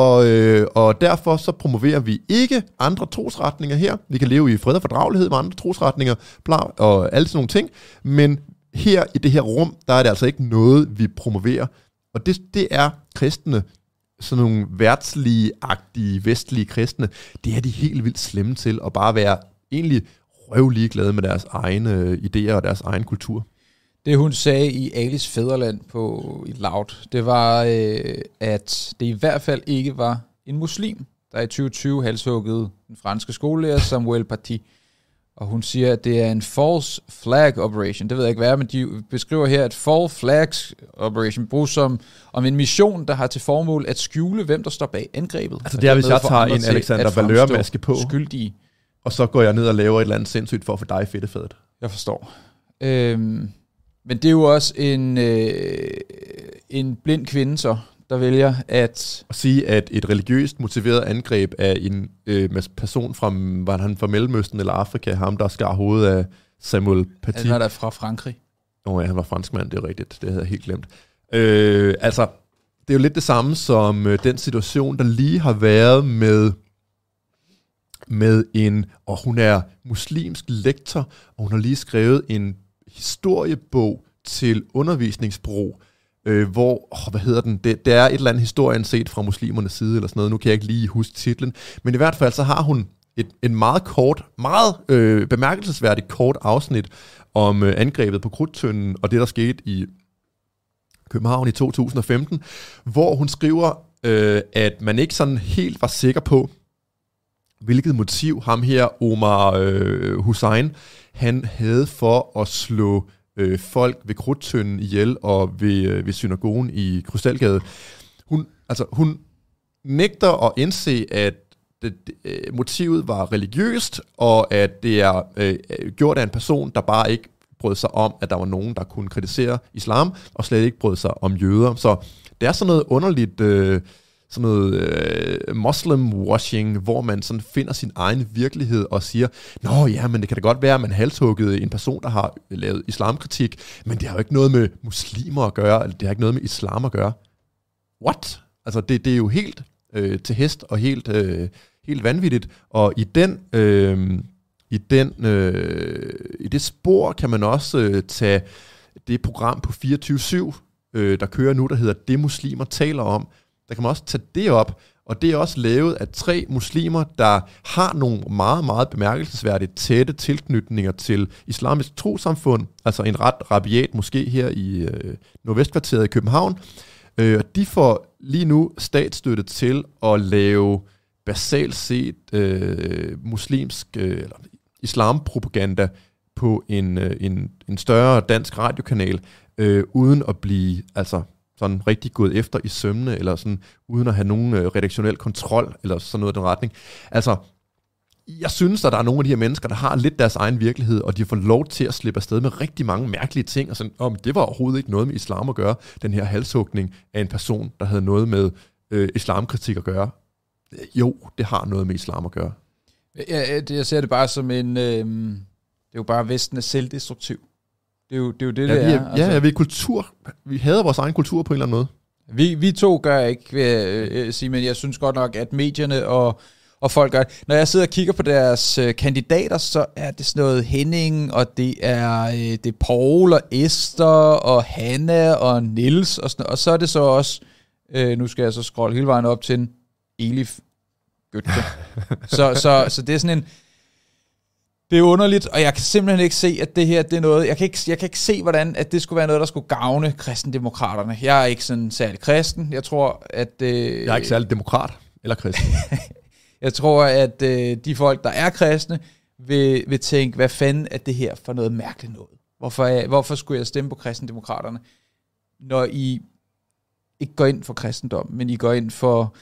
og derfor så promoverer vi ikke andre trosretninger her. Vi kan leve i fred og fordragelighed med andre trosretninger, og alle sådan nogle ting, men her i det her rum, der er det altså ikke noget, vi promoverer. Og det er kristne, sådan nogle værtslige-agtige, vestlige kristne, det er de helt vildt slemme til at bare være egentlig røvlige glade med deres egne idéer og deres egen kultur. Det hun sagde i Alice Fædreland i Loud, det var, at det i hvert fald ikke var en muslim, der i 2020 halshuggede den franske skolelærer Samuel Paty. Og hun siger, at det er en false flag operation. Det ved jeg ikke hvad, men de beskriver her, at false flags operation bruges som om en mission, der har til formål at skjule, hvem der står bag angrebet. Altså det er, hvis jeg tager en Alexander Valør-maske på, skyldige. Og så går jeg ned og laver et eller andet sindssygt for at få dig fedtefadet. Jeg forstår. Men det er jo også en blind kvinde så, der vælger at sige, at et religiøst motiveret angreb af en person fra Mellemøsten eller Afrika, ham der skar hovedet af Samuel Paty. Han var der fra Frankrig. Ja, han var franskmand, det er rigtigt. Det havde jeg helt glemt. Altså, det er jo lidt det samme som den situation, der lige har været med en, og hun er muslimsk lektor, og hun har lige skrevet en historiebog til undervisningsbrug, hvor, hvad hedder den, det er et eller andet historien set fra muslimernes side, eller sådan noget, nu kan jeg ikke lige huske titlen, men i hvert fald så har hun en meget kort, meget bemærkelsesværdigt kort afsnit om angrebet på Krudttønden, og det der skete i København i 2015, hvor hun skriver, at man ikke sådan helt var sikker på, hvilket motiv ham her, Omar Hussein, han havde for at slå folk ved Krudttønden ihjel og ved synagogen i Krystalgade. Hun nægter at indse, at motivet var religiøst, og at det er gjort af en person, der bare ikke brød sig om, at der var nogen, der kunne kritisere islam, og slet ikke brød sig om jøder. Så det er sådan noget underligt, sådan noget muslim-washing, hvor man sådan finder sin egen virkelighed og siger, nå ja, men det kan da godt være, at man halshuggede en person, der har lavet islamkritik, men det har jo ikke noget med muslimer at gøre, eller det har ikke noget med islam at gøre. What? Altså det er jo helt til hest og helt vanvittigt, og i det spor kan man også tage det program på 24/7, der kører nu, der hedder Det Muslimer taler om. Der kan man også tage det op, og det er også lavet af 3 muslimer, der har nogle meget, meget bemærkelsesværdigt tætte tilknytninger til islamisk trossamfund, altså en ret rabiat moské her i Nordvestkvarteret i København. De får lige nu statsstøtte til at lave basalt set muslimsk eller islampropaganda på en større dansk radiokanal, uden at blive sådan rigtig gået efter i sømmene, eller sådan uden at have nogen redaktionel kontrol, eller sådan noget i den retning. Altså, jeg synes, at der er nogle af de her mennesker, der har lidt deres egen virkelighed, og de får lov til at slippe afsted med rigtig mange mærkelige ting, og sådan, det var overhovedet ikke noget med islam at gøre, den her halshugning af en person, der havde noget med islamkritik at gøre. Jo, det har noget med islam at gøre. Jeg ser det bare som en... det er jo bare, Vesten er selvdestruktiv. Det er jo det, det er. Altså. Vi er kultur. Vi hader vores egen kultur på en eller anden måde. Vi to gør ikke, vil jeg sige, men jeg synes godt nok, at medierne og folk gør det. Når jeg sidder og kigger på deres kandidater, så er det sådan noget Henning, og det er Paul og Esther og Hanna og Niels, og så er det så også, nu skal jeg så scrolle hele vejen op til en Elif Gøtke. så det er sådan en... Det er underligt, og jeg kan simpelthen ikke se, at det her det er noget... Jeg kan ikke se, hvordan at det skulle være noget, der skulle gavne kristendemokraterne. Jeg er ikke sådan særlig kristen. Jeg tror, at... jeg er ikke særlig demokrat eller kristen. Jeg tror, at de folk, der er kristne, vil tænke, hvad fanden er det her for noget mærkeligt noget? Hvorfor skulle jeg stemme på kristendemokraterne, når I ikke går ind for kristendom, men I går ind for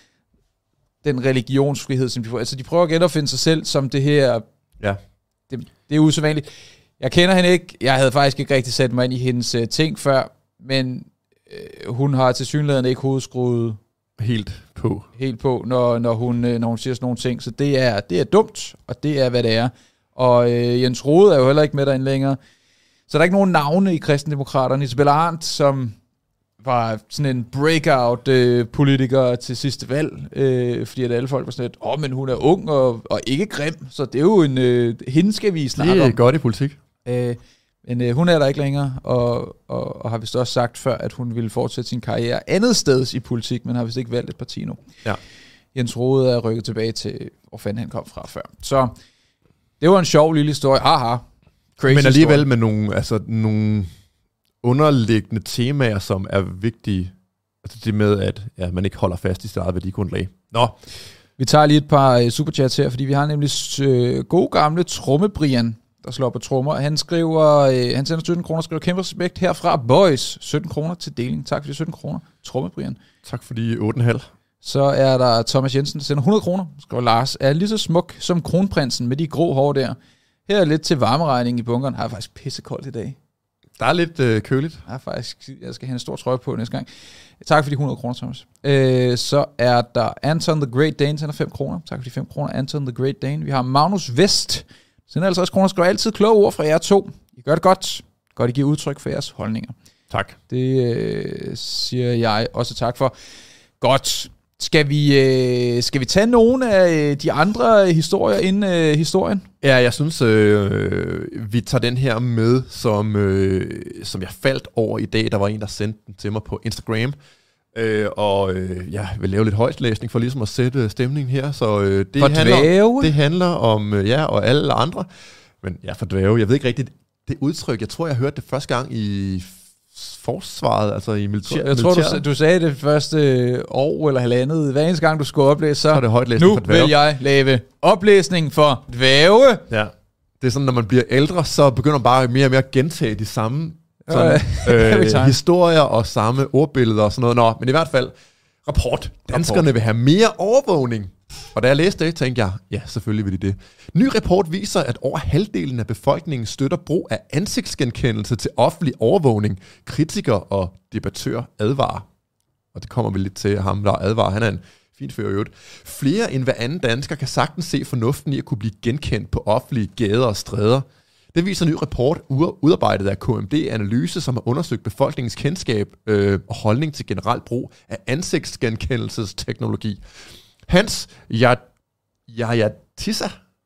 den religionsfrihed, som de får? Altså, de prøver at genopfinde sig selv som det her... Ja. Det er usædvanligt. Jeg kender hende ikke. Jeg havde faktisk ikke rigtig sat mig ind i hendes ting før, men hun har tilsyneladende ikke hovedskruet helt på, når hun siger sådan nogle ting. Så det er dumt, og det er, hvad det er. Og Jens Rohde er jo heller ikke med derinde længere. Så der er ikke nogen navne i kristendemokraterne. Isabella Arendt, som var sådan en breakout-politiker til sidste valg, fordi at alle folk var sådan lidt, men hun er ung og ikke grim, så det er jo hende skal vi snakke om. Det er godt i politik. Men hun er der ikke længere, og har vist også sagt før, at hun ville fortsætte sin karriere andet sted i politik, men har vist ikke valgt et parti nu. Ja. Jens Rohde er rykket tilbage til, hvor fanden han kom fra før. Så det var en sjov lille historie. Haha. Crazy men alligevel story. med nogle underliggende temaer, som er vigtige. Altså det med, at man ikke holder fast i sit eget værdigrundlag. Nå. Vi tager lige et par superchats her, fordi vi har nemlig gode gamle Trommebrian, der slår på trommer. Han skriver, han sender 17 kroner, skriver kæmpe respekt herfra. Boys, 17 kroner til deling. Tak for de 17 kroner. Trommebrian. Tak for de 8,5. Så er der Thomas Jensen, der sender 100 kroner. Skriver Lars, er lige så smuk som kronprinsen med de grå hår der. Her er lidt til varmeregning i bunkeren. Har faktisk pissekoldt i dag. Der er lidt køligt. Ja, faktisk. Jeg skal have en stor trøje på næste gang. Tak for de 100 kroner, Thomas. Så er der Anton the Great Dane, sender 5 kroner. Tak for de 5 kroner, Anton the Great Dane. Vi har Magnus Vest, sender 50 kroner. Skal du altid kloge ord fra jer to. I gør det godt. Godt, I giver udtryk for jeres holdninger. Tak. Det siger jeg også tak for. Godt. Skal vi tage nogle af de andre historier inden historien? Ja, jeg synes, vi tager den her med, som jeg faldt over i dag. Der var en, der sendte den til mig på Instagram. Jeg vil lave lidt højtlæsning for ligesom at sætte stemningen her. Så det handler om og alle andre. Men for dvæve. Jeg ved ikke rigtigt det udtryk. Jeg tror, jeg hørte det første gang i forsvaret, altså i militæret. Jeg tror, du sagde det første år eller halvandet. Hver eneste gang, du skulle oplæse, så er det højtlæsning for dvæve. Nu vil jeg lave oplæsning for dvæve. Ja, det er sådan, når man bliver ældre, så begynder man bare mere og mere at gentage de samme historier og samme ordbilleder og sådan noget. Men i hvert fald, rapport. Danskerne vil have mere overvågning. Og da jeg læste det, tænkte jeg, ja, selvfølgelig vil de det. Ny rapport viser, at over halvdelen af befolkningen støtter brug af ansigtsgenkendelse til offentlig overvågning. Kritikere og debattører advarer. Og det kommer vi lidt til ham, der advarer. Han er en fin fyr i øvrigt. Flere end hver anden dansker kan sagtens se fornuften i at kunne blive genkendt på offentlige gader og stræder. Det viser en ny rapport, udarbejdet af KMD Analyse, som har undersøgt befolkningens kendskab og holdning til generelt brug af ansigtsgenkendelsesteknologi. Hans Atissa.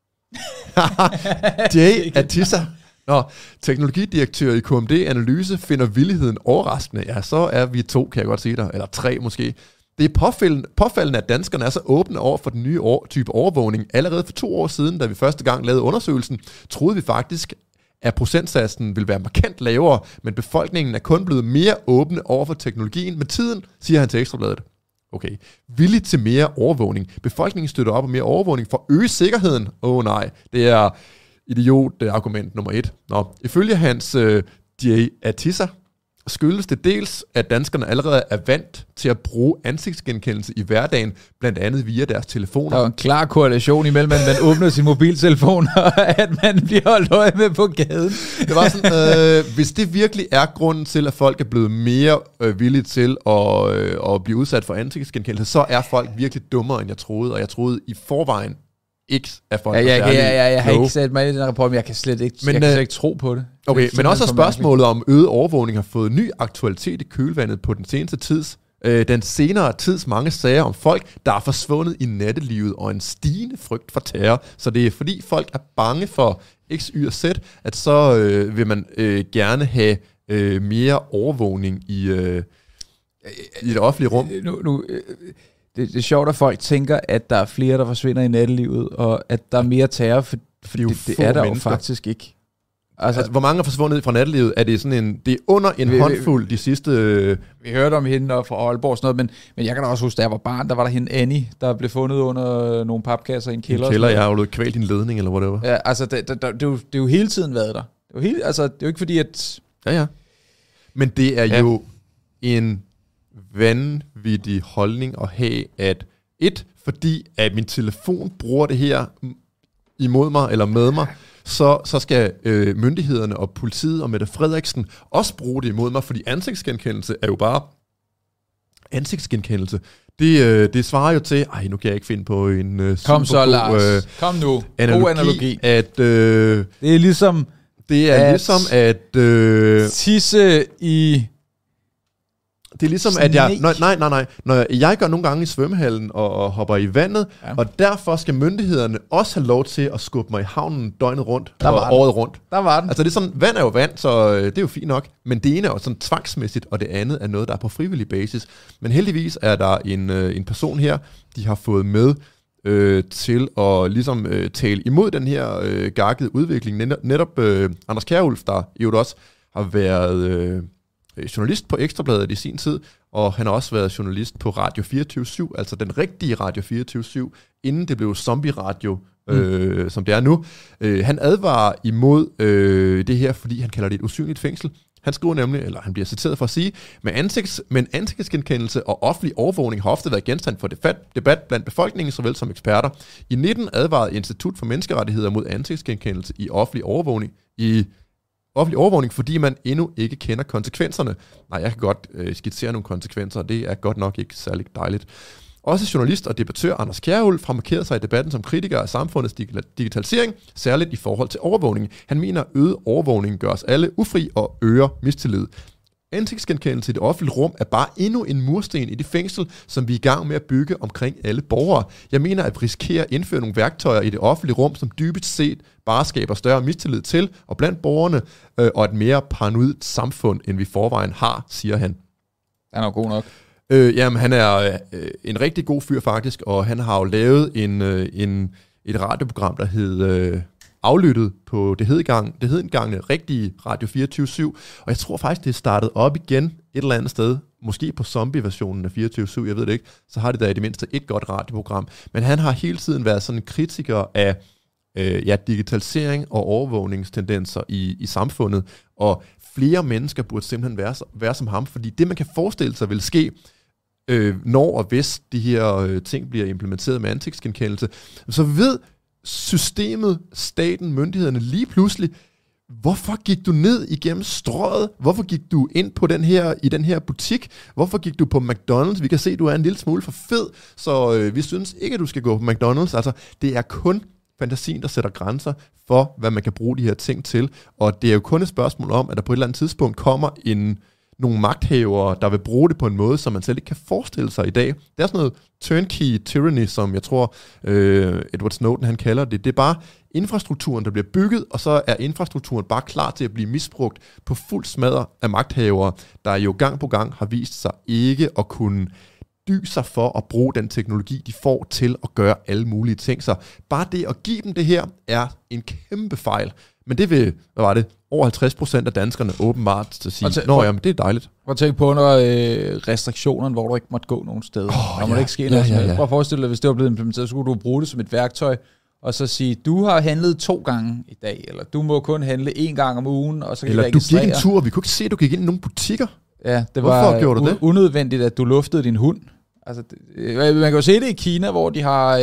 Atissa. Teknologidirektør i KMD Analyse finder villigheden overraskende. Ja, så er vi 2, kan jeg godt sige dig. Eller 3 måske. Det er påfaldende, at danskerne er så åbne over for den nye type overvågning. Allerede for 2 år siden, da vi første gang lavede undersøgelsen, troede vi faktisk, at procentsatsen ville være markant lavere, men befolkningen er kun blevet mere åbne over for teknologien med tiden, siger han til Ekstrabladet. Okay. Villig til mere overvågning. Befolkningen støtter op om mere overvågning for at øge sikkerheden. Nej, det er idiot-argument nummer 1. Ifølge Hans Atissa skyldes det dels, at danskerne allerede er vant til at bruge ansigtsgenkendelse i hverdagen, blandt andet via deres telefoner. Der er en klar korrelation imellem, at man åbner sin mobiltelefon, og at man bliver holdt øje med på gaden. Det var sådan, hvis det virkelig er grunden til, at folk er blevet mere villige til at blive udsat for ansigtsgenkendelse, så er folk virkelig dummere, end jeg troede, og jeg troede i forvejen ikke af folk. Jeg har ikke sat mig i den rapport, men jeg kan slet ikke tro på det. Okay, men også spørgsmålet om øget overvågning har fået ny aktualitet i kølvandet på den senere tids mange sager om folk, der er forsvundet i nattelivet og en stigende frygt for terror. Så det er fordi folk er bange for X, Y og Z, at så vil man gerne have mere overvågning i det offentlige rum. Det er sjovt, at folk tænker, at der er flere, der forsvinder i nattelivet, og at der er mere terror, for det er der jo faktisk ikke. Altså, hvor mange er forsvundet fra nattelivet? Er det sådan det er under en håndfuld de sidste... Vi hørte om hende fra Aalborg og sådan noget, men jeg kan da også huske, da jeg var barn, der var der hende Annie, der blev fundet under nogle papkasser i en kælder. Jeg har jo løbet kvalt din ledning, eller whatever. Ja, altså, det er jo hele tiden været der. Det er jo ikke fordi, at... Ja. Men det er jo en vanvittig holdning at have, at fordi at min telefon bruger det her imod mig, eller med mig, så skal myndighederne og politiet og Mette Frederiksen også bruge det imod mig, fordi ansigtsgenkendelse er jo bare ansigtsgenkendelse. Det svarer jo til, nu kan jeg ikke finde på en kom så, Lars. Kom nu. God analogi. At, det er ligesom at tisse i... Det er ligesom, at jeg... Nej. Når jeg går nogle gange i svømmehallen og hopper i vandet, og derfor skal myndighederne også have lov til at skubbe mig i havnen døgnet rundt og året rundt. Der var den. Altså det er sådan, vand er jo vand, så det er jo fint nok. Men det ene er jo sådan tvangsmæssigt, og det andet er noget, der er på frivillig basis. Men heldigvis er der en person her, de har fået med til at ligesom tale imod den her gakkede udvikling. Netop Anders Kjærulf, der jo også har været... journalist på Ekstrabladet i sin tid, og han har også været journalist på Radio 24/7, altså den rigtige Radio 24/7, inden det blev zombie-radio, som det er nu. Han advarer imod det her, fordi han kalder det et usynligt fængsel. Han skriver nemlig, eller han bliver citeret for at sige, men ansigtsgenkendelse og offentlig overvågning har ofte været genstand for debat blandt befolkningen, såvel som eksperter. I 19 advarede Institut for Menneskerettigheder mod ansigtsgenkendelse i offentlig overvågning. I offentlig overvågning, fordi man endnu ikke kender konsekvenserne. Nej, jeg kan godt skitsere nogle konsekvenser, og det er godt nok ikke særlig dejligt. Også journalist og debattør Anders Kjærulf har markeret sig i debatten som kritiker af samfundets digitalisering, særligt i forhold til overvågning. Han mener, at øget overvågning gør os alle ufri og øger mistillid. Ansigtsgenkendelse i det offentlige rum er bare endnu en mursten i det fængsel, som vi er i gang med at bygge omkring alle borgere. Jeg mener, at vi risikerer at indføre nogle værktøjer i det offentlige rum, som dybest set bare skaber større mistillid til og blandt borgerne, og et mere paranoid samfund, end vi forvejen har, siger han. Han er god nok. Jamen, han er en rigtig god fyr faktisk, og han har jo lavet et radioprogram, der hed Aflyttet på det hed engang rigtige Radio 24/7, og jeg tror faktisk, det er startet op igen et eller andet sted, måske på zombie-versionen af 24/7, jeg ved det ikke, så har det da i det mindste et godt radioprogram, men han har hele tiden været sådan en kritiker af digitalisering og overvågningstendenser i samfundet, og flere mennesker burde simpelthen være som ham, fordi det, man kan forestille sig vil ske, når og hvis de her ting bliver implementeret med ansigtsgenkendelse, så ved systemet, staten, myndighederne lige pludselig, hvorfor gik du ned igennem strøget? Hvorfor gik du ind på i den her butik? Hvorfor gik du på McDonald's? Vi kan se, at du er en lille smule for fed, så vi synes ikke, at du skal gå på McDonald's. Altså, det er kun fantasien, der sætter grænser for, hvad man kan bruge de her ting til. Og det er jo kun et spørgsmål om, at der på et eller andet tidspunkt kommer nogle magthavere, der vil bruge det på en måde, som man selv ikke kan forestille sig i dag. Det er sådan noget turnkey tyranny, som jeg tror, Edward Snowden han kalder det. Det er bare infrastrukturen, der bliver bygget, og så er infrastrukturen bare klar til at blive misbrugt på fuld smadre af magthavere, der jo gang på gang har vist sig ikke at kunne dy sig for at bruge den teknologi, de får til at gøre alle mulige ting. Så bare det at give dem det her, er en kæmpe fejl. Men det vil, over 50% af danskerne åbenbart til at sige, men det er dejligt. Prøv at tænke på under restriktionerne, hvor du ikke måtte gå nogen steder. Der må ikke ske noget. Prøv at forestille dig, hvis det var blevet implementeret, så skulle du bruge det som et værktøj, og så sige, du har handlet 2 gange i dag, eller du må kun handle 1 gang om ugen, og så kan eller du gik en tur, vi kunne ikke se, at du gik ind i nogle butikker. Ja, det Hvorfor var gjorde du det? Unødvendigt, at du luftede din hund. Altså, man kan jo se det i Kina, hvor de har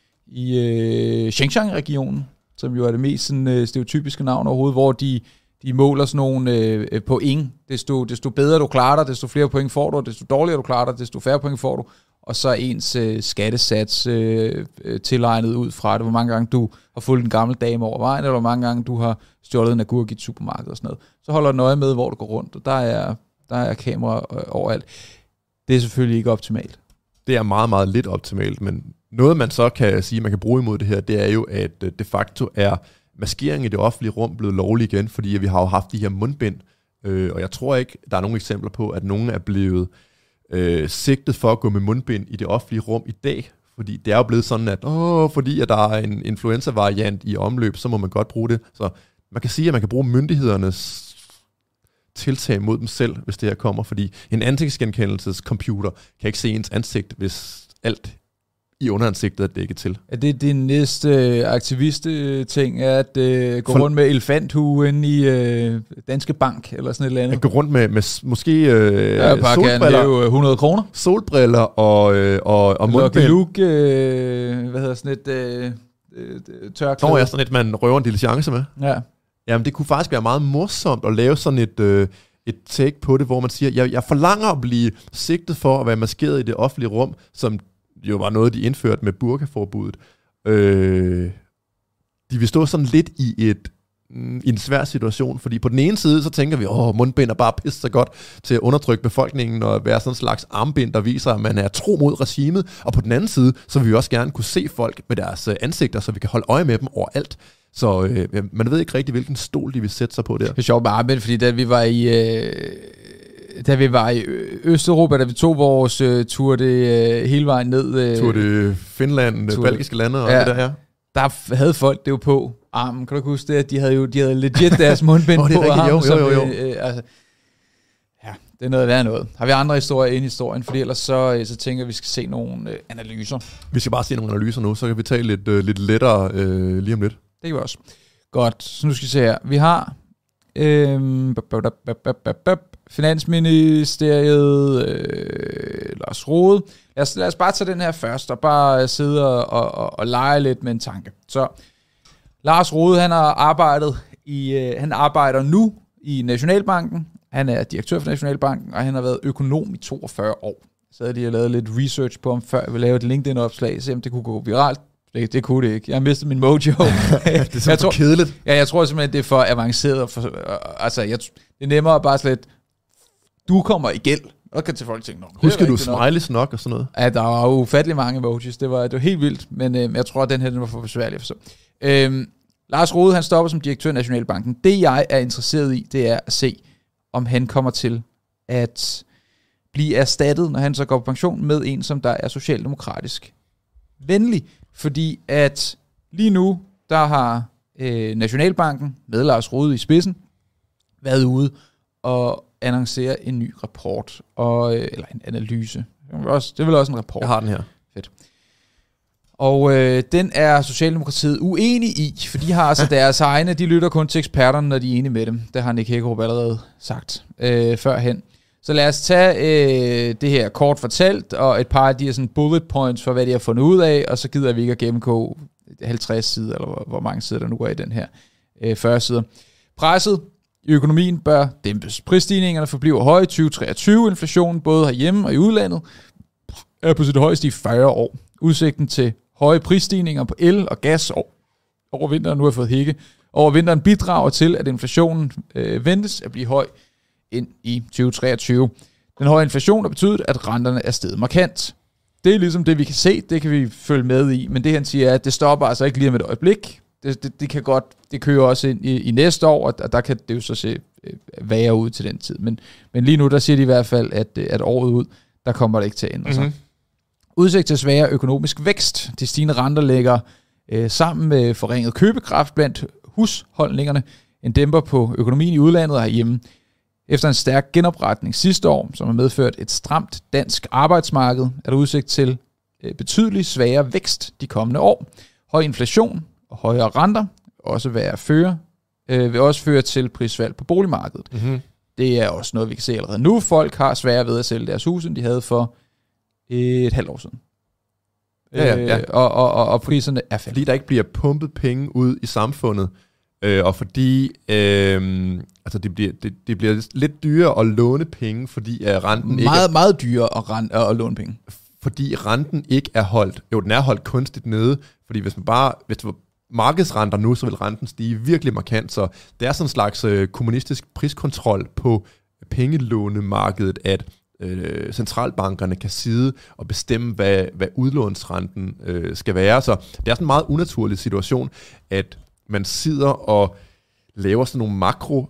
i Xinjiang-regionen, som jo er det mest sådan, stereotypiske navn overhovedet, hvor de måler sådan nogle point. Desto bedre du klarer dig, desto flere point får du, desto dårligere du klarer dig, desto færre point får du. Og så ens skattesats tilegnet ud fra det, hvor mange gange du har fulgt en gammel dame over vejen, eller hvor mange gange du har stjålet en agurk i et supermarked og sådan noget. Så holder du nøje med, hvor du går rundt, og der er kamera overalt. Det er selvfølgelig ikke optimalt. Det er meget, meget lidt optimalt, men noget man så kan sige, man kan bruge imod det her, det er jo, at de facto er maskering i det offentlige rum blevet lovlig igen, fordi vi har jo haft de her mundbind, og jeg tror ikke, der er nogen eksempler på, at nogen er blevet sigtet for at gå med mundbind i det offentlige rum i dag, fordi det er jo blevet sådan, at fordi at der er en influenza-variant i omløb, så må man godt bruge det. Så man kan sige, at man kan bruge myndighedernes tiltag mod dem selv, hvis det her kommer, fordi en ansigtsgenkendelsescomputer kan ikke se ens ansigt, hvis alt i underansigtet er dækket til. Er det din næste aktivist-ting, at gå rundt med elefanthue inde i Danske Bank, eller sådan et eller andet? At gå rundt med måske solbriller. Det er jo 100 kroner. Solbriller og mundbind. Luke, hvad hedder sådan et tørklæde? Nå ja, sådan et, man røver en diligence med. Ja. Jamen, det kunne faktisk være meget morsomt at lave sådan et take på det, hvor man siger, jeg forlanger at blive sigtet for at være maskeret i det offentlige rum, som jo var noget, de indførte med burkaforbuddet. De vil stå sådan lidt i en svær situation, fordi på den ene side, så tænker vi, mundbind er bare pisse så godt til at undertrykke befolkningen og være sådan en slags armbind, der viser, at man er tro mod regimet, og på den anden side, så vil vi også gerne kunne se folk med deres ansigter, så vi kan holde øje med dem overalt. Så man ved ikke rigtig, hvilken stol de vil sætte sig på der. Det er sjovt med armbind, fordi da vi var i Østeuropa, da vi tog vores tur det hele vejen ned. Tur det Finland, baltiske lande og det der her. Der havde folk det jo på armen. Kan du ikke huske det? At de havde legit deres mundbind på armen. Jo. Ja, det er noget værd noget. Har vi andre historier ind i historien? Fordi ellers så tænker vi skal se nogle analyser. Vi skal bare se nogle analyser nu, så kan vi tage lidt lettere lige om lidt. Det kan vi også. Godt, så nu skal vi se her. Vi har Finansministeriet, Lars Rohde. Lad os bare tage den her først, og bare sidde og lege lidt med en tanke. Så Lars Rohde, han har arbejdet Han arbejder nu i Nationalbanken. Han er direktør for Nationalbanken, og han har været økonom i 42 år. Så havde de lavet lidt research på ham, før jeg ville lave et LinkedIn-opslag, se om det kunne gå viralt. Det kunne det ikke. Jeg har mistet min mojo. Det er så kedeligt. Ja, jeg tror simpelthen, det er for avanceret. Det er nemmere bare slet, du kommer i gæld. Og kan til folk tænke, husker du smileys nok og sådan noget? Ja, der var ufattelig mange emojis. Det var helt vildt, men jeg tror, at den her den var for besværlig at forstå. Lars Rohde, han stopper som direktør i Nationalbanken. Det, jeg er interesseret i, det er at se, om han kommer til at blive erstattet, når han så går på pension, med en, som der er socialdemokratisk venlig. Fordi at lige nu, der har Nationalbanken med Lars Rohde i spidsen været ude og annoncere en ny rapport, eller en analyse. Det er vel også en rapport. Jeg har den her. Fedt. Og den er Socialdemokratiet uenig i, for de har altså deres egne, de lytter kun til eksperterne, når de er enige med dem. Det har Nick Hækkerup allerede sagt førhen. Så lad os tage det her kort fortalt, og et par af de her sådan bullet points for, hvad de har fundet ud af, og så gider vi ikke at gennemgå 50 sider, eller hvor mange sider der nu er i den her 40 sider. Presset i økonomien bør dæmpes. Prisstigningerne forbliver høje i 2023. Inflationen både herhjemme og i udlandet er på sit højeste i 40 år. Udsigten til høje prisstigninger på el og gas over vinteren, nu har fået hikke, over vinteren bidrager til, at inflationen ventes at blive høj ind i 2023. Den høje inflation har betydet, at renterne er steget markant. Det er ligesom det, vi kan se, det kan vi følge med i, men det han siger er, at det stopper altså ikke lige med et øjeblik. Det kan godt, det kører også ind i næste år, og der kan det jo så se værre ud til den tid. Men lige nu, der siger de i hvert fald, at året ud, der kommer det ikke til at ændre sig. Mm-hmm. Udsigt til svagere økonomisk vækst. De stigende renter lægger sammen med forringet købekraft blandt husholdningerne en dæmper på økonomien i udlandet og herhjemme. Efter en stærk genopretning sidste år, som har medført et stramt dansk arbejdsmarked, er der udsigt til betydelig svagere vækst de kommende år. Høj inflation og højere renter vil også føre til prisfald på boligmarkedet. Mm-hmm. Det er også noget, vi kan se allerede nu. Folk har sværere ved at sælge deres hus, end de havde for et halvt år siden. Ja. Og priserne er faldet. Fordi der ikke bliver pumpet penge ud i samfundet, og fordi det bliver lidt dyrere at låne penge, fordi renten ikke er meget dyrere at låne penge. Fordi renten ikke er holdt. Jo, den er holdt kunstigt nede, fordi hvis det var markedsrenter nu, så vil renten stige virkelig markant, så det er sådan en slags kommunistisk priskontrol på pengelånemarkedet, at centralbankerne kan sidde og bestemme, hvad udlånsrenten skal være. Så det er sådan en meget unaturlig situation, at man sidder og laver sådan nogle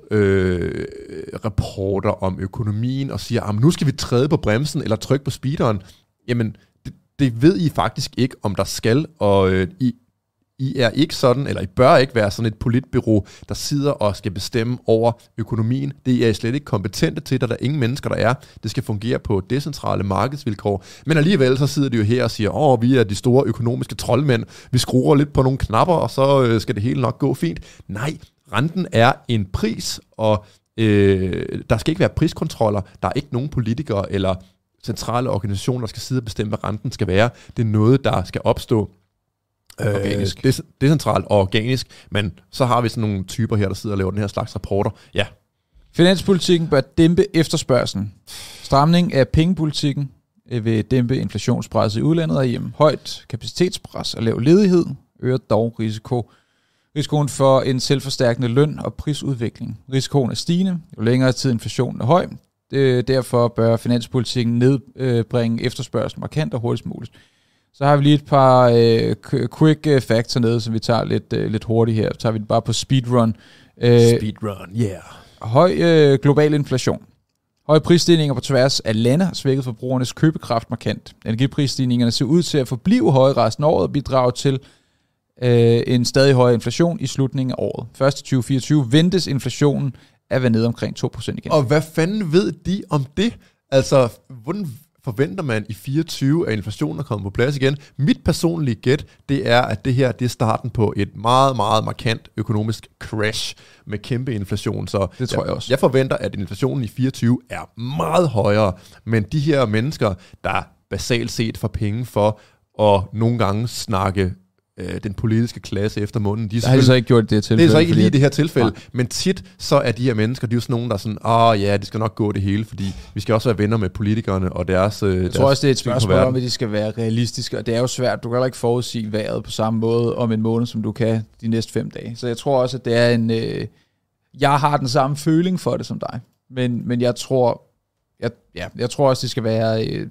makro-rapporter om økonomien og siger, nu skal vi træde på bremsen eller trykke på speederen. Jamen, det ved I faktisk ikke, om der skal, og I er ikke sådan, eller I bør ikke være sådan et politbureau, der sidder og skal bestemme over økonomien. Det er I slet ikke kompetente til, der er ingen mennesker, der er. Det skal fungere på decentrale markedsvilkår. Men alligevel så sidder de jo her og siger, vi er de store økonomiske troldmænd. Vi skruer lidt på nogle knapper, og så skal det hele nok gå fint. Nej, renten er en pris, og der skal ikke være priskontroller. Der er ikke nogen politikere eller centrale organisationer, der skal sidde og bestemme, hvad renten skal være. Det er noget, der skal opstå decentralt og organisk, men så har vi sådan nogle typer her, der sidder og laver den her slags rapporter. Ja. Finanspolitikken bør dæmpe efterspørgslen. Stramning af pengepolitikken vil dæmpe inflationspresset i udlandet og hjemme. Højt kapacitetspres og lav ledighed øger dog risikoen for en selvforstærkende løn- og prisudvikling. Risikoen er stigende, jo længere tid inflationen er høj. Derfor bør finanspolitikken nedbringe efterspørgslen markant og hurtigst muligt. Så har vi lige et par quick facts hernede, som vi tager lidt hurtigt her. Så tager vi det bare på speedrun. Speedrun, yeah. Høj global inflation. Høje prisstigninger på tværs af lande har svækket forbrugernes købekraft markant. Energiprisstigningerne ser ud til at forblive høje resten af året og bidrage til en stadig højere inflation i slutningen af året. Først i 2024 ventes inflationen at være nede omkring 2% igen. Og hvad fanden ved de om det? Altså, hvordan forventer man i 24, at inflationen er kommet på plads igen? Mit personlige gæt, det er, at det her det er starten på et meget, meget markant økonomisk crash med kæmpe inflation. Så det tror jeg også. Jeg forventer, at inflationen i 24 er meget højere, men de her mennesker, der basalt set får penge for at nogle gange snakke den politiske klasse efter munden. De har de så ikke gjort det her tilfælde? Det er så ikke lige det her tilfælde, men tit så er de her mennesker, de er jo sådan nogen, der er sådan, ja, det skal nok gå det hele, fordi vi skal også være venner med politikerne og deres. Jeg tror også, det er et spørgsmål om, at de skal være realistiske, og det er jo svært. Du kan heller ikke forudsige vejret på samme måde om en måned, som du kan de næste 5 dage. Så jeg tror også, at det er en... Jeg har den samme føling for det som dig, men jeg tror også, det skal være...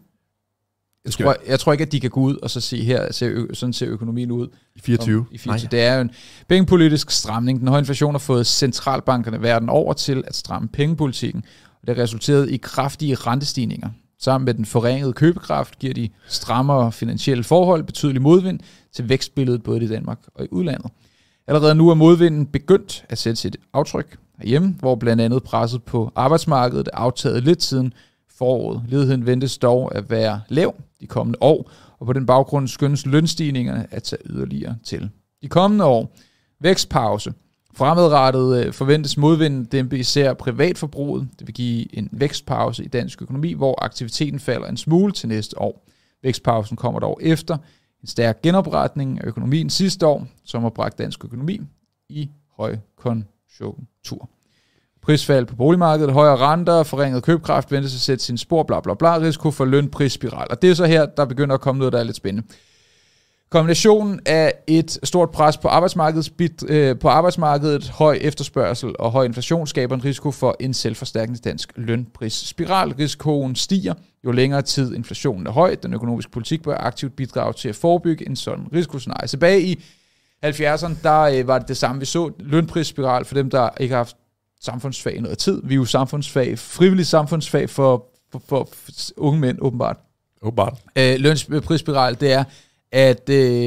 Jeg tror ikke, at de kan gå ud og så sige, her sådan ser økonomien ud. I 24. Det er jo en pengepolitisk stramning. Den høje inflation har fået centralbankerne verden over til at stramme pengepolitikken. Og det har resulteret i kraftige rentestigninger. Sammen med den forringede købekraft giver de strammere finansielle forhold betydelig modvind til vækstbilledet både i Danmark og i udlandet. Allerede nu er modvinden begyndt at sætte sit aftryk herhjemme, hvor blandt andet presset på arbejdsmarkedet er aftaget lidt siden foråret. Ledigheden ventes dog at være lav de kommende år, og på den baggrund skønnes lønstigningerne at tage yderligere til. De kommende år, vækstpause. Fremadrettet forventes modvinden dæmpe især privatforbruget. Det vil give en vækstpause i dansk økonomi, hvor aktiviteten falder en smule til næste år. Vækstpausen kommer dog efter en stærk genopretning af økonomien sidste år, som har bragt dansk økonomi i høj konjunktur. Prisfald på boligmarkedet, højere renter, forringet købekraft, ventes at sætte sin spor, bla bla bla, risiko for lønprisspiral. Og det er så her, der begynder at komme noget, der er lidt spændende. Kombinationen af et stort pres på arbejdsmarkedet, høj efterspørgsel og høj inflation skaber en risiko for en selvforstærkende dansk lønprisspiral. Risikoen stiger, jo længere tid inflationen er høj. Den økonomiske politik bør aktivt bidrage til at forebygge en sådan risikoscenarie. Tilbage i 70'erne, der var det samme, vi så. Lønprisspiral for dem, der ikke har haft samfundsfag i noget tid. Vi er jo samfundsfag, frivillig samfundsfag for unge mænd, åbenbart. Lønprisspiral, det er, at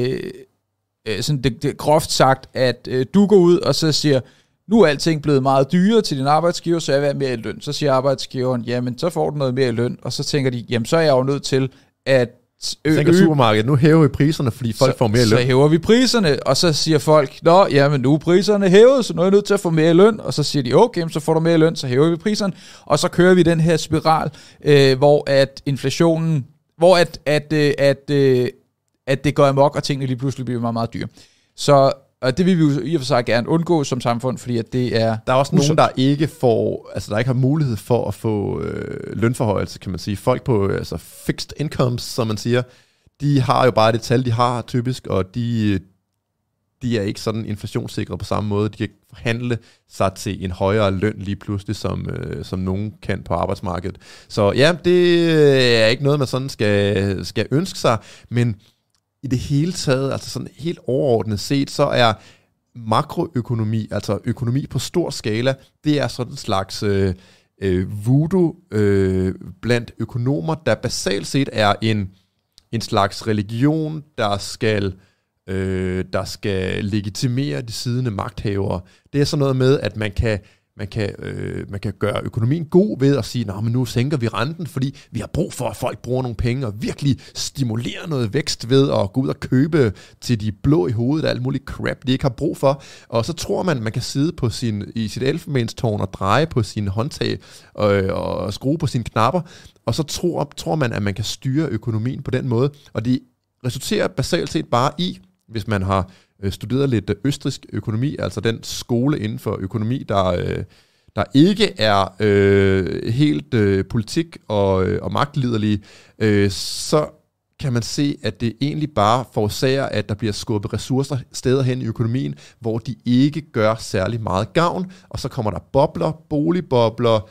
sådan det groft sagt, at du går ud og så siger, nu er alting blevet meget dyrere til din arbejdsgiver, så jeg vil have mere i løn. Så siger arbejdsgiveren, jamen så får du noget mere i løn, og så tænker de, jamen så er jeg jo nødt til at tænker supermarkedet, nu hæver vi priserne, fordi folk får mere i løn. Så hæver vi priserne, og så siger folk, nå, jamen nu er priserne hævet, så nu er jeg nødt til at få mere i løn, og så siger de, okay, så får du mere i løn, så hæver vi priserne, og så kører vi den her spiral, hvor at inflationen, hvor at det går amok, og tingene lige pludselig bliver meget, meget dyre. Så og det vil vi jo i og for sig gerne undgå som samfund, fordi at det er... Der er også nogen, der ikke får, altså der ikke har mulighed for at få lønforhøjelse, kan man sige. Folk på fixed incomes, som man siger, de har jo bare det tal, de har typisk, og de er ikke sådan inflationssikret på samme måde. De kan forhandle sig til en højere løn lige pludselig, som nogen kan på arbejdsmarkedet. Så ja, det er ikke noget, man sådan skal ønske sig, men i det hele taget, altså sådan helt overordnet set, så er makroøkonomi, altså økonomi på stor skala, det er sådan en slags voodoo blandt økonomer, der basalt set er en slags religion, der skal legitimere de siddende magthavere. Det er sådan noget med, at man kan gøre økonomien god ved at sige, men nu sænker vi renten, fordi vi har brug for, at folk bruger nogle penge og virkelig stimulere noget vækst ved at gå ud og købe til de blå i hovedet og alt muligt crap, de ikke har brug for. Og så tror man kan sidde i sit elfenbenstårn og dreje på sine håndtag og skrue på sine knapper, og så tror man, at man kan styre økonomien på den måde. Og det resulterer basalt set bare i, hvis man har studeret lidt østrigsk økonomi, altså den skole inden for økonomi, der ikke er helt politik og magtliderlige, så kan man se, at det egentlig bare forårsager, at der bliver skubbet ressourcer steder hen i økonomien, hvor de ikke gør særlig meget gavn, og så kommer der bobler, boligbobler,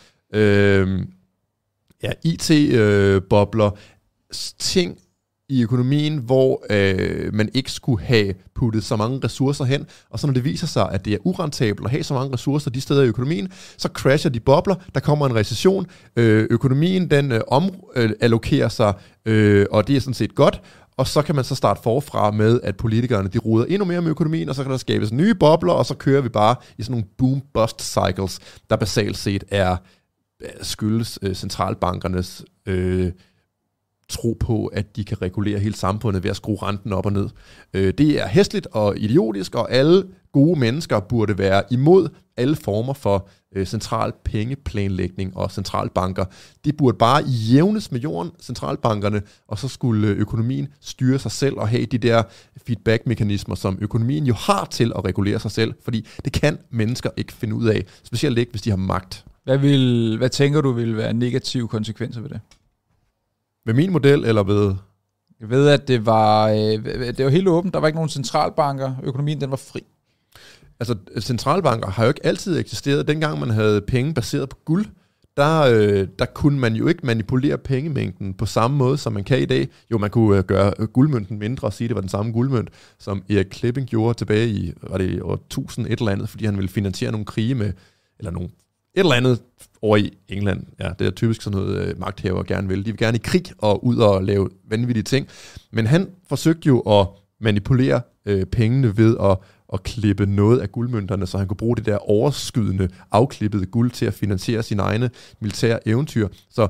IT-bobler, ting i økonomien, hvor man ikke skulle have puttet så mange ressourcer hen, og så når det viser sig, at det er urentabelt at have så mange ressourcer de steder i økonomien, så crasher de bobler, der kommer en recession, økonomien den omallokerer sig, og det er sådan set godt, og så kan man så starte forfra med, at politikerne de ruder endnu mere med økonomien, og så kan der skabes nye bobler, og så kører vi bare i sådan nogle boom-bust cycles, der basalt set skyldes centralbankernes tro på, at de kan regulere hele samfundet ved at skrue renten op og ned. Det er hæsligt og idiotisk, og alle gode mennesker burde være imod alle former for central pengeplanlægning og centralbanker. De burde bare jævnes med jorden, centralbankerne, og så skulle økonomien styre sig selv og have de der feedback-mekanismer, som økonomien jo har til at regulere sig selv, fordi det kan mennesker ikke finde ud af, specielt ikke, hvis de har magt. Hvad tænker du vil være negative konsekvenser ved det? Ved min model, eller ved... Jeg ved, at det var helt åbent. Der var ikke nogen centralbanker. Økonomien, den var fri. Altså, centralbanker har jo ikke altid eksisteret. Dengang man havde penge baseret på guld, der kunne man jo ikke manipulere pengemængden på samme måde, som man kan i dag. Jo, man kunne gøre guldmønten mindre og sige, at det var den samme guldmønt, som Erik Klipping gjorde tilbage i, var det år 1000 et eller andet, fordi han ville finansiere nogle krige med, eller nogle et eller andet over i England. Ja, det er typisk sådan noget, magthavere gerne vil. De vil gerne i krig og ud og lave vanvittige ting. Men han forsøgte jo at manipulere pengene ved at klippe noget af guldmønterne, så han kunne bruge det der overskydende, afklippede guld til at finansiere sine egne militære eventyr. Så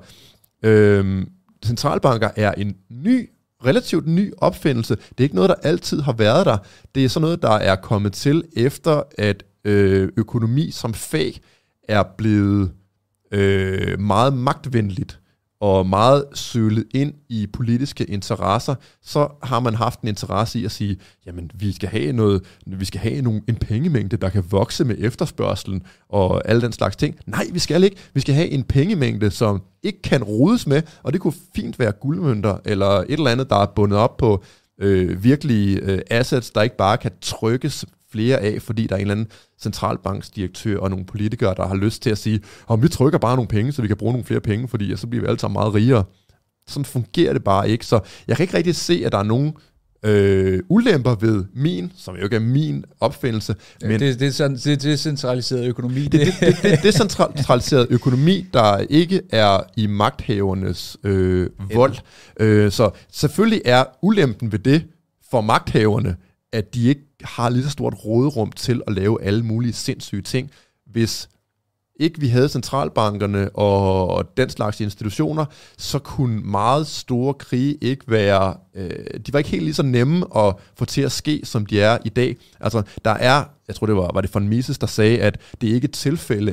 centralbanker er en relativt ny opfindelse. Det er ikke noget, der altid har været der. Det er sådan noget, der er kommet til efter, at økonomi som fag er blevet meget magtvenligt og meget sølet ind i politiske interesser, så har man haft en interesse i at sige, jamen vi skal have en pengemængde, der kan vokse med efterspørgselen og alle den slags ting. Nej, vi skal ikke. Vi skal have en pengemængde, som ikke kan rodes med, og det kunne fint være guldmønter eller et eller andet, der er bundet op på virkelige assets, der ikke bare kan trykkes flere af, fordi der er en eller anden centralbanksdirektør og nogle politikere, der har lyst til at sige, vi trykker bare nogle penge, så vi kan bruge nogle flere penge, fordi så bliver vi alle sammen meget rigere. Sådan fungerer det bare ikke. Så jeg kan ikke rigtig se, at der er nogen ulemper ved som jo ikke er min opfindelse. Men det er decentraliseret økonomi. Det er decentraliseret økonomi, der ikke er i magthavernes vold. Så selvfølgelig er ulempen ved det for magthaverne, at de ikke har lige så stort råderum til at lave alle mulige sindssyge ting. Hvis ikke vi havde centralbankerne og den slags institutioner, så kunne meget store krige ikke være... de var ikke helt lige så nemme at få til at ske, som de er i dag. Altså, der er... Jeg tror, det var det von Mises, der sagde, at det ikke er et tilfælde,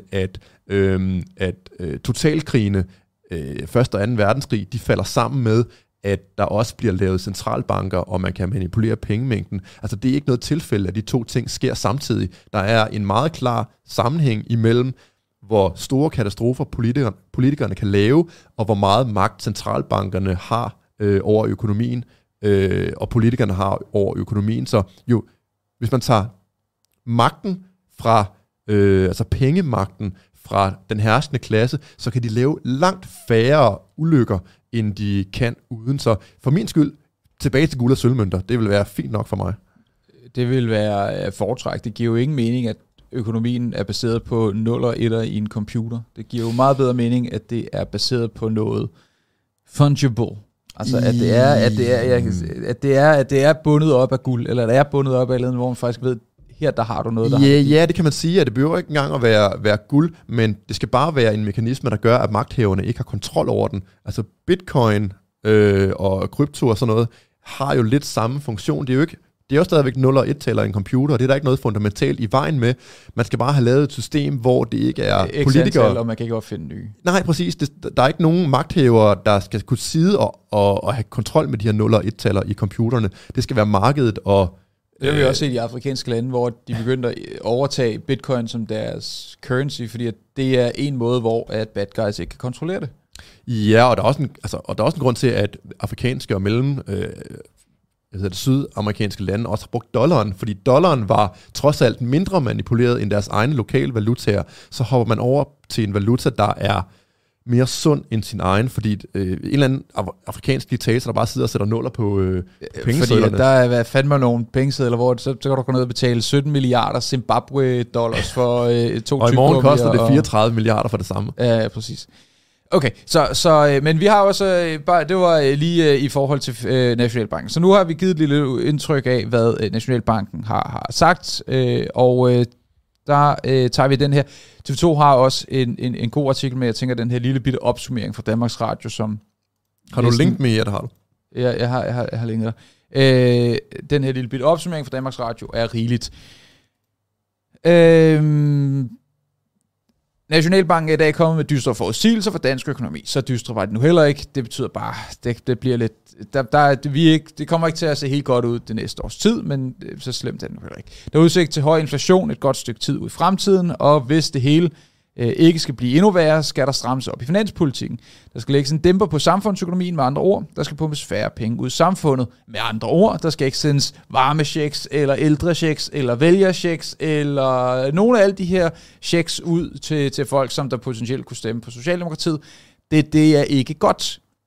at totalkrigene, 1. og 2. verdenskrig, de falder sammen med, at der også bliver lavet centralbanker, og man kan manipulere pengemængden. Altså, det er ikke noget tilfælde, at de to ting sker samtidig. Der er en meget klar sammenhæng imellem, hvor store katastrofer politikerne kan lave, og hvor meget magt centralbankerne har over økonomien, og politikerne har over økonomien. Så jo, hvis man tager magten fra, altså pengemagten fra den herskende klasse, så kan de lave langt færre ulykker, end de kan uden. Så for min skyld, tilbage til guld- og sølvmønter, det vil være fint nok for mig. Det vil være foretræk. Det giver jo ingen mening, at økonomien er baseret på 0 og 1'er i en computer. Det giver jo meget bedre mening, at det er baseret på noget fungible. Altså at det er bundet op af guld, eller det er bundet op af et eller andet, hvor man faktisk ved, her der har du noget, der ja, det kan man sige, at det behøver ikke engang at være guld, men det skal bare være en mekanisme, der gør, at magthaverne ikke har kontrol over den. Altså Bitcoin og krypto og sådan noget har jo lidt samme funktion. Det er jo stadigvæk 0 og 1-taller i en computer, og det er der ikke noget fundamentalt i vejen med. Man skal bare have lavet et system, hvor det ikke er politikere. Og man kan ikke opfinde nye. Nej, præcis. Der er ikke nogen magthavere, der skal kunne sidde og have kontrol med de her 0 og 1-taller i computerne. Det skal være markedet og... Det har vi også set i afrikanske lande, hvor de begyndte at overtage bitcoin som deres currency, fordi at det er en måde, hvor at bad guys ikke kan kontrollere det. Ja, og der er også en grund til, at afrikanske og sydamerikanske lande også har brugt dollaren, fordi dollaren var trods alt mindre manipuleret end deres egne lokale valutaer. Så hopper man over til en valuta, der er mere sund end sin egen, fordi en eller anden afrikansk diktator, der bare sidder og sætter nuller på pengesedlerne. Fordi der er fandme nogle pengesedler, hvor så kan du gå ned og betale 17 milliarder Zimbabwe-dollars for 2 og i morgen koster det 34 milliarder for det samme. Ja, præcis. Okay, så men vi har også, det var lige i forhold til Nationalbanken. Så nu har vi givet et lille indtryk af, hvad Nationalbanken har sagt, og der tager vi den her. TV2 har også en god artikel med, jeg tænker, den her lille bitte opsummering fra Danmarks Radio, som... Har du linket med, det har du? Ja, jeg har linket der. Den her lille bitte opsummering fra Danmarks Radio er rigeligt. Nationalbanken er i dag kommet med dystre forudsigelser for dansk økonomi. Så dystre var det nu heller ikke. Det betyder bare, det bliver lidt... det kommer ikke til at se helt godt ud det næste års tid, men så slemt er det nu heller ikke. Der er udsigt til høj inflation et godt stykke tid ud i fremtiden, og hvis det hele ikke skal blive endnu værre, skal der strammes op i finanspolitikken. Der skal lægges en dæmper på samfundsøkonomien med andre ord. Der skal pumpes færre penge ud i samfundet med andre ord. Der skal ikke sendes varmechecks, eller ældrechecks, eller vælgerchecks, eller nogle af alle de her checks ud til folk, som der potentielt kunne stemme på Socialdemokratiet. Det er ikke godt.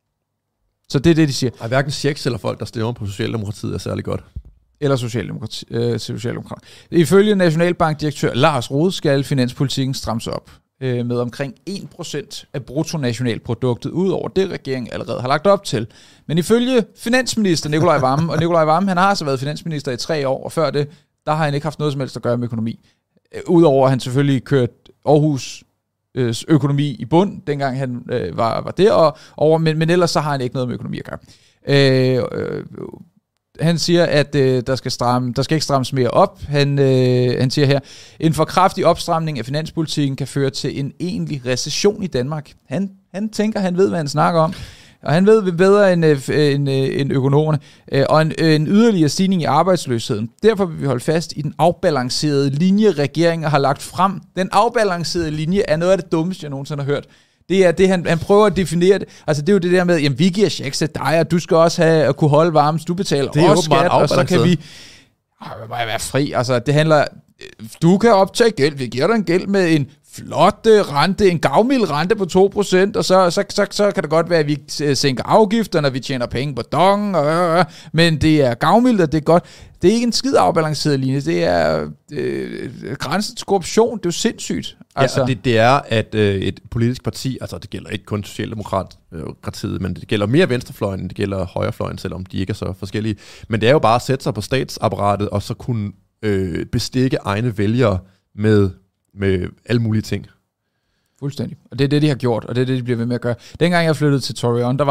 Så det er det, de siger. Hverken checks eller folk, der stemmer på Socialdemokratiet, er særlig godt. Eller Socialdemokrat. Ifølge Nationalbankdirektør Lars Rohde skal finanspolitikken strammes op med omkring 1% af bruttonationalproduktet, ud over det, regeringen allerede har lagt op til. Men ifølge finansminister Nicolai Wammen, og Nicolai Wammen, han har altså været finansminister i 3 år, og før det, der har han ikke haft noget som helst at gøre med økonomi. Udover at han selvfølgelig kørte Aarhus økonomi i bund, dengang han var der, men ellers så har han ikke noget med økonomi at gøre. Han siger, at der skal ikke strammes mere op. Han siger her, en for kraftig opstramning af finanspolitikken kan føre til en egentlig recession i Danmark. Han tænker, han ved, hvad han snakker om. Og han ved bedre end økonomerne. Og en yderligere stigning i arbejdsløsheden. Derfor vil vi holde fast i den afbalancerede linje, regeringen har lagt frem. Den afbalancerede linje er noget af det dummeste, jeg nogensinde har hørt. Det er det, han prøver at definere det. Altså, det er jo det der med, jamen, vi giver checks til dig, og du skal også have at kunne holde varmen, du betaler det også skat, og så kan vi være fri. Altså, det handler, du kan optage gæld, vi giver dig en gæld med en flot rente, en gavmild rente på 2%, og så kan det godt være, at vi sænker afgifter, når vi tjener penge på dong, men det er gavmildt, og det er godt. Det er ikke en skid afbalanceret linje, det er grænsen til korruption, det er jo sindssygt. Altså. Ja, det er, at et politisk parti, altså det gælder ikke kun Socialdemokratiet, men det gælder mere venstrefløjen, end det gælder højrefløjen, selvom de ikke er så forskellige. Men det er jo bare at sætte sig på statsapparatet, og så kunne bestikke egne vælgere med alle mulige ting. Fuldstændig. Og det er det, de har gjort, og det er det, de bliver ved med at gøre. Dengang jeg flyttede til Torreon,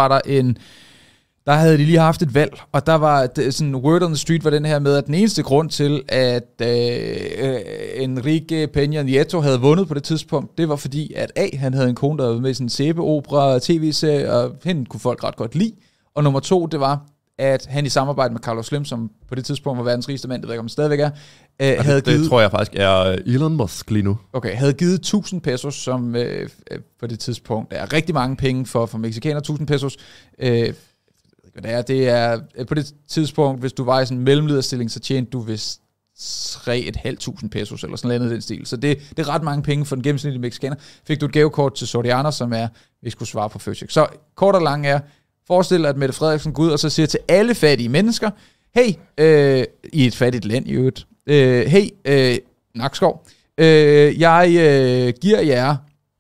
der havde de lige haft et valg, og der var sådan word on the street var den her med, at den eneste grund til, at Enrique Peña Nieto havde vundet på det tidspunkt, det var fordi, at han havde en kone, der var med i sådan en sæbeopera, tv-serie, og hende kunne folk ret godt lide. Og nummer 2, det var, at han i samarbejde med Carlos Slim, som på det tidspunkt var verdens rigeste mand, det ved ikke, om han stadigvæk er, havde givet... Det tror jeg faktisk er Elon Musk lige nu. Okay, havde givet 1000 pesos, som på det tidspunkt er rigtig mange penge for mexikaner, 1000 pesos. Det er på det tidspunkt, hvis du var i sådan en mellemlederstilling, så tjente du vist 3.500 pesos, eller sådan noget i den stil. Så det er ret mange penge for den gennemsnitlige mexikaner. Fik du et gavekort til Soriana, som er, vi skulle svare på Føtex. Så kort og lang er, forestil dig, at Mette Frederiksen går ud og så siger til alle fattige mennesker, hey, i et fattigt land i øvrigt, hey, Nakskov, jeg giver jer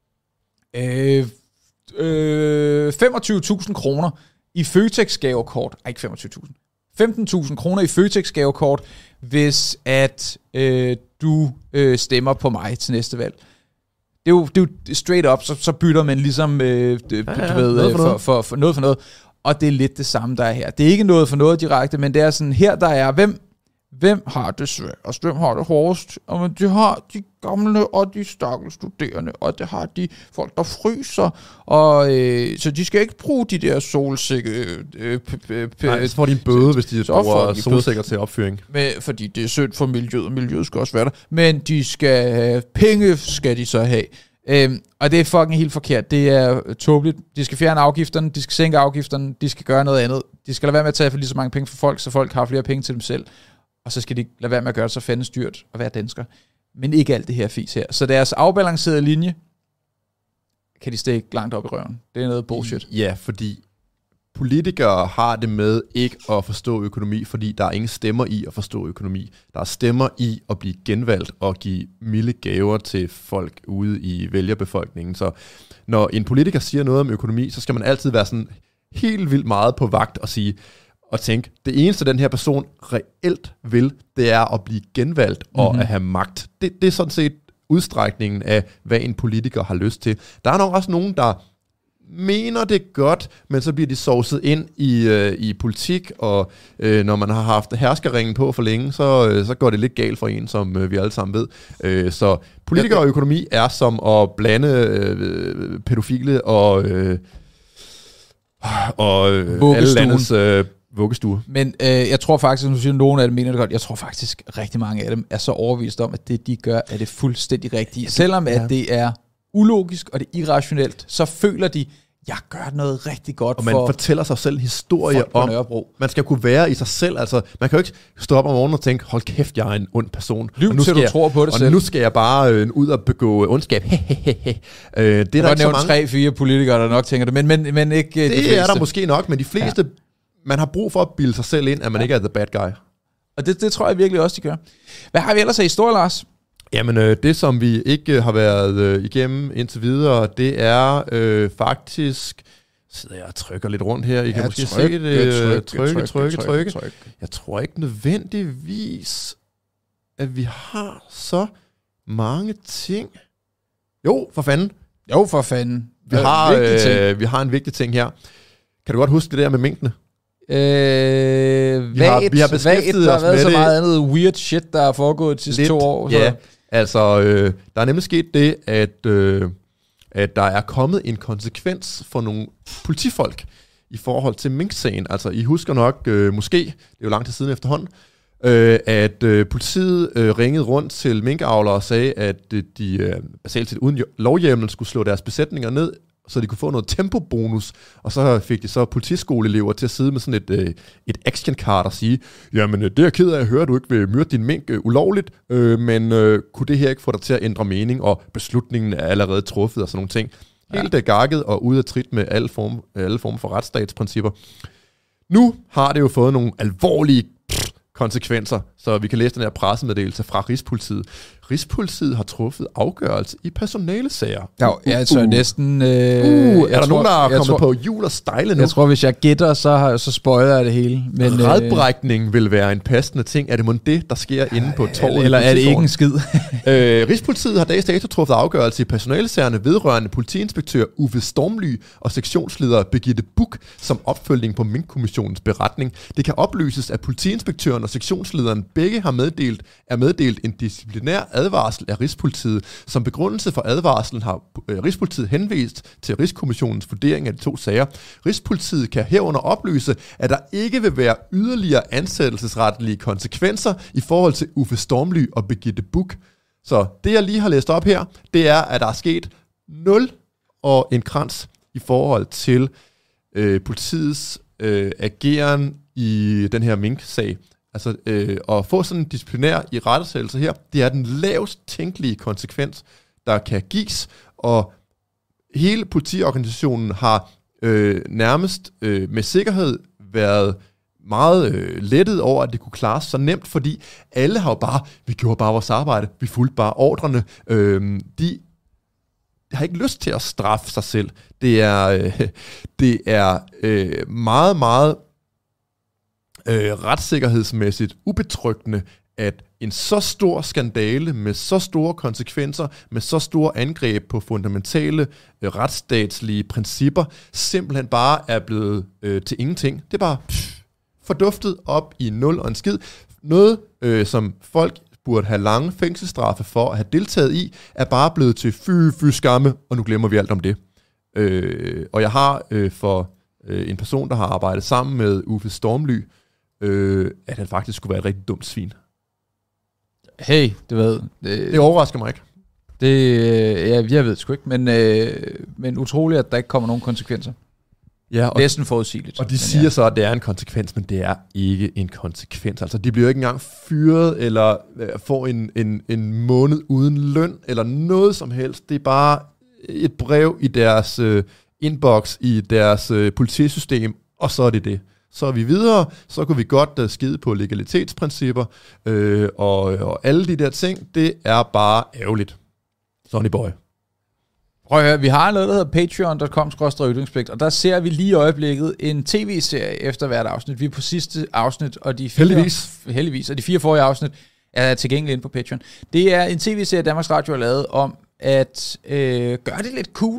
25.000 kroner i Føtex-gavekort, ikke 25.000, 15.000 kroner i Føtex-gavekort, hvis at du stemmer på mig til næste valg. Det er jo straight up, så bytter man ligesom noget for noget. Og det er lidt det samme, der er her. Det er ikke noget for noget direkte, men det er sådan, her der er, hvem har det sværest, hvem har det hårdest? Og det har de gamle og de stakkels studerende, og det har de folk, der fryser, og så de skal ikke bruge de der solsikker. Nej, så får de en bøde, hvis de bruger solsikker til opfyring. Fordi det er synd for miljøet, og miljøet skal også være der. Men de skal have penge, skal de så have. Og det er fucking helt forkert. Det er tåbeligt. De skal fjerne afgifterne, de skal sænke afgifterne, de skal gøre noget andet. De skal lade være med at tage for lige så mange penge fra folk, så folk har flere penge til dem selv. Og så skal de lade være med at gøre det så fandens dyrt at være dansker. Men ikke alt det her fis her. Så deres afbalancerede linje, kan de stikke langt op i røven. Det er noget bullshit. Ja, fordi politikere har det med ikke at forstå økonomi, fordi der er ingen stemmer i at forstå økonomi. Der er stemmer i at blive genvalgt og give milde gaver til folk ude i vælgerbefolkningen. Så når en politiker siger noget om økonomi, så skal man altid være sådan helt vildt meget på vagt og tænke, det eneste, den her person reelt vil, det er at blive genvalgt og at have magt. Det er sådan set udstrækningen af, hvad en politiker har lyst til. Der er nok også nogen, der mener det godt, men så bliver de sovset ind i politik, og når man har haft herskerringen på for længe, så går det lidt galt for en, som vi alle sammen ved. Så politikere og økonomi er som at blande pædofile og alle landets vuggestue. Men jeg tror faktisk, at nogen af dem mener det godt, jeg tror faktisk, rigtig mange af dem er så overbevist om, at det, de gør, er det fuldstændig rigtige. Selvom at det er ulogisk, og det er irrationelt, så føler de, jeg gør noget rigtig godt. Og man fortæller sig selv historie om, man skal kunne være i sig selv. Altså, man kan jo ikke stå op om morgenen og tænke, hold kæft, jeg er en ond person. Lyv til du tror på det selv. Og nu skal jeg bare ud og begå ondskab. Det er der ikke så mange. 3-4 politikere, der nok tænker det, men ikke det de fleste. Er der måske nok, men de fleste, man har brug for at bilde sig selv ind, at man ikke er the bad guy. Og det tror jeg virkelig også, de gør. Hvad har vi ellers af historie, Lars? Jamen, det som vi ikke har været igennem indtil videre, det er faktisk... Sidder jeg og trykker lidt rundt her. I kan måske se det. Trykke. Jeg tror ikke nødvendigvis, at vi har så mange ting. Jo, for fanden. Vi har en vigtig ting her. Kan du godt huske det der med minkene? Vi har beskæftiget os med det. Der har været så meget andet weird shit, der er foregået de sidste 2 år. Ja, altså, der er nemlig sket det, at der er kommet en konsekvens for nogle politifolk i forhold til mink-sagen. Altså, I husker nok, måske, det er jo lang tid siden efterhånden, at politiet ringede rundt til minkavlere og sagde, at de basalt set uden lovhjemmel skulle slå deres besætninger ned, så de kunne få noget tempobonus, og så fik de så politiskoleelever til at sidde med sådan et actioncard og sige, jamen det er ked af at høre, at du ikke vil myrde din mink ulovligt, men kunne det her ikke få dig til at ændre mening, og beslutningen er allerede truffet og sådan nogle ting. Helt gakket og ude af trit med alle former for retsstatsprincipper. Nu har det jo fået nogle alvorlige konsekvenser, så vi kan læse den her pressemeddelelse fra Rigspolitiet. Rigspolitiet har truffet afgørelse i personalesager. Altså næsten... er der nogen, der er kommet på hjul og stejle nu? Jeg tror, hvis jeg gætter, så spoiler jeg det hele. Men radbrækning vil være en passende ting. Er det mon det, der sker inde på torvet? Eller er det ikke en skid? Rigspolitiet har dags dato truffet afgørelse i personalesagerne vedrørende politiinspektør Uffe Stormly og sektionsleder Birgitte Buch som opfølgning på Mink-kommissionens beretning. Det kan oplyses, at politiinspektøren og sektionslederen begge er meddelt en disciplinær advarsel af Rigspolitiet. Som begrundelse for advarslen har Rigspolitiet henvist til Rigskommissionens vurdering af de 2 sager. Rigspolitiet kan herunder oplyse, at der ikke vil være yderligere ansættelsesretlige konsekvenser i forhold til Uffe Stormly og Birgitte Buch. Så det, jeg lige har læst op her, det er, at der er sket 0 og en krans i forhold til politiets ageren i den her mink-sag. Altså, at få sådan en disciplinær i rettesættelse her, det er den lavest tænkelige konsekvens, der kan gives, og hele politiorganisationen har nærmest med sikkerhed været meget lettet over, at det kunne klares så nemt, fordi alle har jo vi gjorde bare vores arbejde, vi fulgte bare ordrene, de har ikke lyst til at straffe sig selv. Det er meget, meget retssikkerhedsmæssigt ubetryggende, at en så stor skandale med så store konsekvenser, med så store angreb på fundamentale retsstatslige principper, simpelthen bare er blevet til ingenting. Det er bare forduftet op i 0 og en skid. Noget, som folk burde have lange fængselsstraffe for at have deltaget i, er bare blevet til fy skamme, og nu glemmer vi alt om det. Og jeg har for en person, der har arbejdet sammen med Uffe Stormly, at han faktisk skulle være et rigtig dumt svin. Hey, du ved... Det overrasker mig ikke. Jeg ved sgu ikke, men utroligt, at der ikke kommer nogen konsekvenser. Ja, næsten forudsigeligt. Og de siger så, at det er en konsekvens, men det er ikke en konsekvens. Altså, de bliver jo ikke engang fyret, eller får en måned uden løn, eller noget som helst. Det er bare et brev i deres inbox, i deres politisystem, og så er det det. Så er vi videre, så kunne vi godt skide på legalitetsprincipper, og alle de der ting, det er bare ærgerligt. Sonny boy. Prøv at høre, vi har noget, der hedder patreon.com/ytringspligt, og der ser vi lige i øjeblikket en tv-serie efter hvert afsnit. Vi er på sidste afsnit, og de 4 forrige afsnit er tilgængelige inde på Patreon. Det er en tv-serie, Danmarks Radio har lavet om at gøre det lidt cool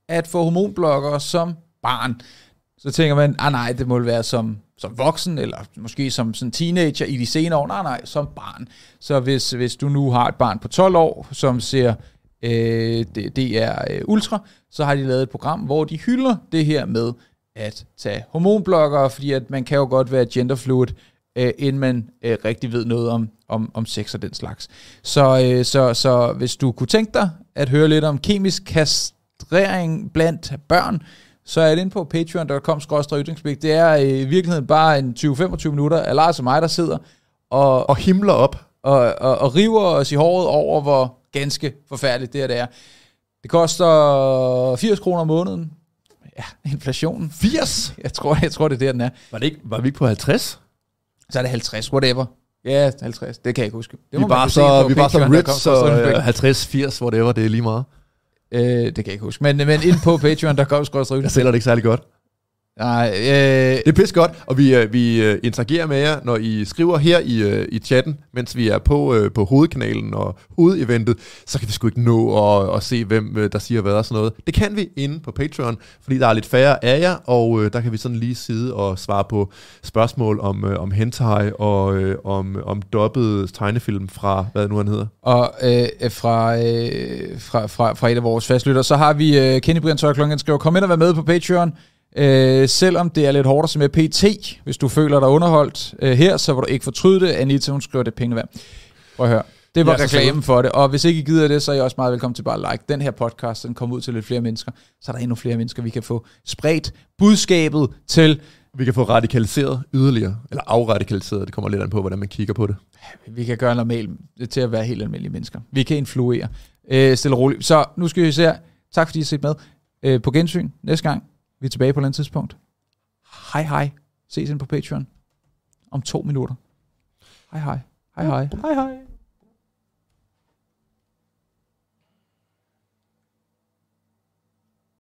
at få hormonblokkere som barn. Så tænker man, nej, det må være som voksen, eller måske som teenager i de senere år. Nej, som barn. Så hvis du nu har et barn på 12 år, som ser det er Ultra, så har de lavet et program, hvor de hylder det her med at tage hormonblokkere, fordi at man kan jo godt være genderfluid, inden man rigtig ved noget om sex og den slags. Så hvis du kunne tænke dig at høre lidt om kemisk kastrering blandt børn, så er det inde på patreon.com/ytringspligt. Det er i virkeligheden bare en 20-25 minutter af Lars og mig, der sidder og himler op og river os i håret over, hvor ganske forfærdeligt det er. Det koster 80 kroner om måneden. Ja, inflationen. 80? Jeg tror det er der, den er. Var vi ikke på 50? Så er det 50, whatever. Ja, 50, det kan jeg ikke huske. Vi er bare så rich, så 50, 80, whatever, det er lige meget. Det kan jeg ikke huske. Men ind på patreon.com/ytringspligt. Jeg sælger det ikke særlig godt. Nej, det er pisse godt, og vi interagerer med jer, når I skriver her i chatten, mens vi er på hovedkanalen og hovedeventet, så kan vi sgu ikke nå at se, hvem der siger hvad og sådan noget. Det kan vi inde på Patreon, fordi der er lidt færre af jer, og der kan vi sådan lige sidde og svare på spørgsmål om hentai og om dubbet tegnefilm fra, hvad nu han hedder. Og fra et af vores fastlytter, så har vi Kenny Brian Tørklung, han skriver, kom ind og vær med på Patreon. Selvom det er lidt hårdt at se med PT, hvis du føler dig underholdt her, så vil du ikke fortryde det. Anita, hun skriver, det penge værd. Prøv at høre. Det var reklamen for det, og hvis ikke I gider det, så er I også meget velkommen til bare at like den her podcast, den kommer ud til lidt flere mennesker, så er der endnu flere mennesker, vi kan få spredt budskabet til. Vi kan få radikaliseret yderligere, eller afradikaliseret, det kommer lidt an på, hvordan man kigger på det. Vi kan gøre normalt til at være helt almindelige mennesker. Vi kan influere stille og roligt. Så nu skal vi se her. Tak fordi I har set med. På gensyn næste gang. Vi er tilbage på et eller andet tidspunkt. Hej. Ses ind på Patreon om 2 minutter. Hej.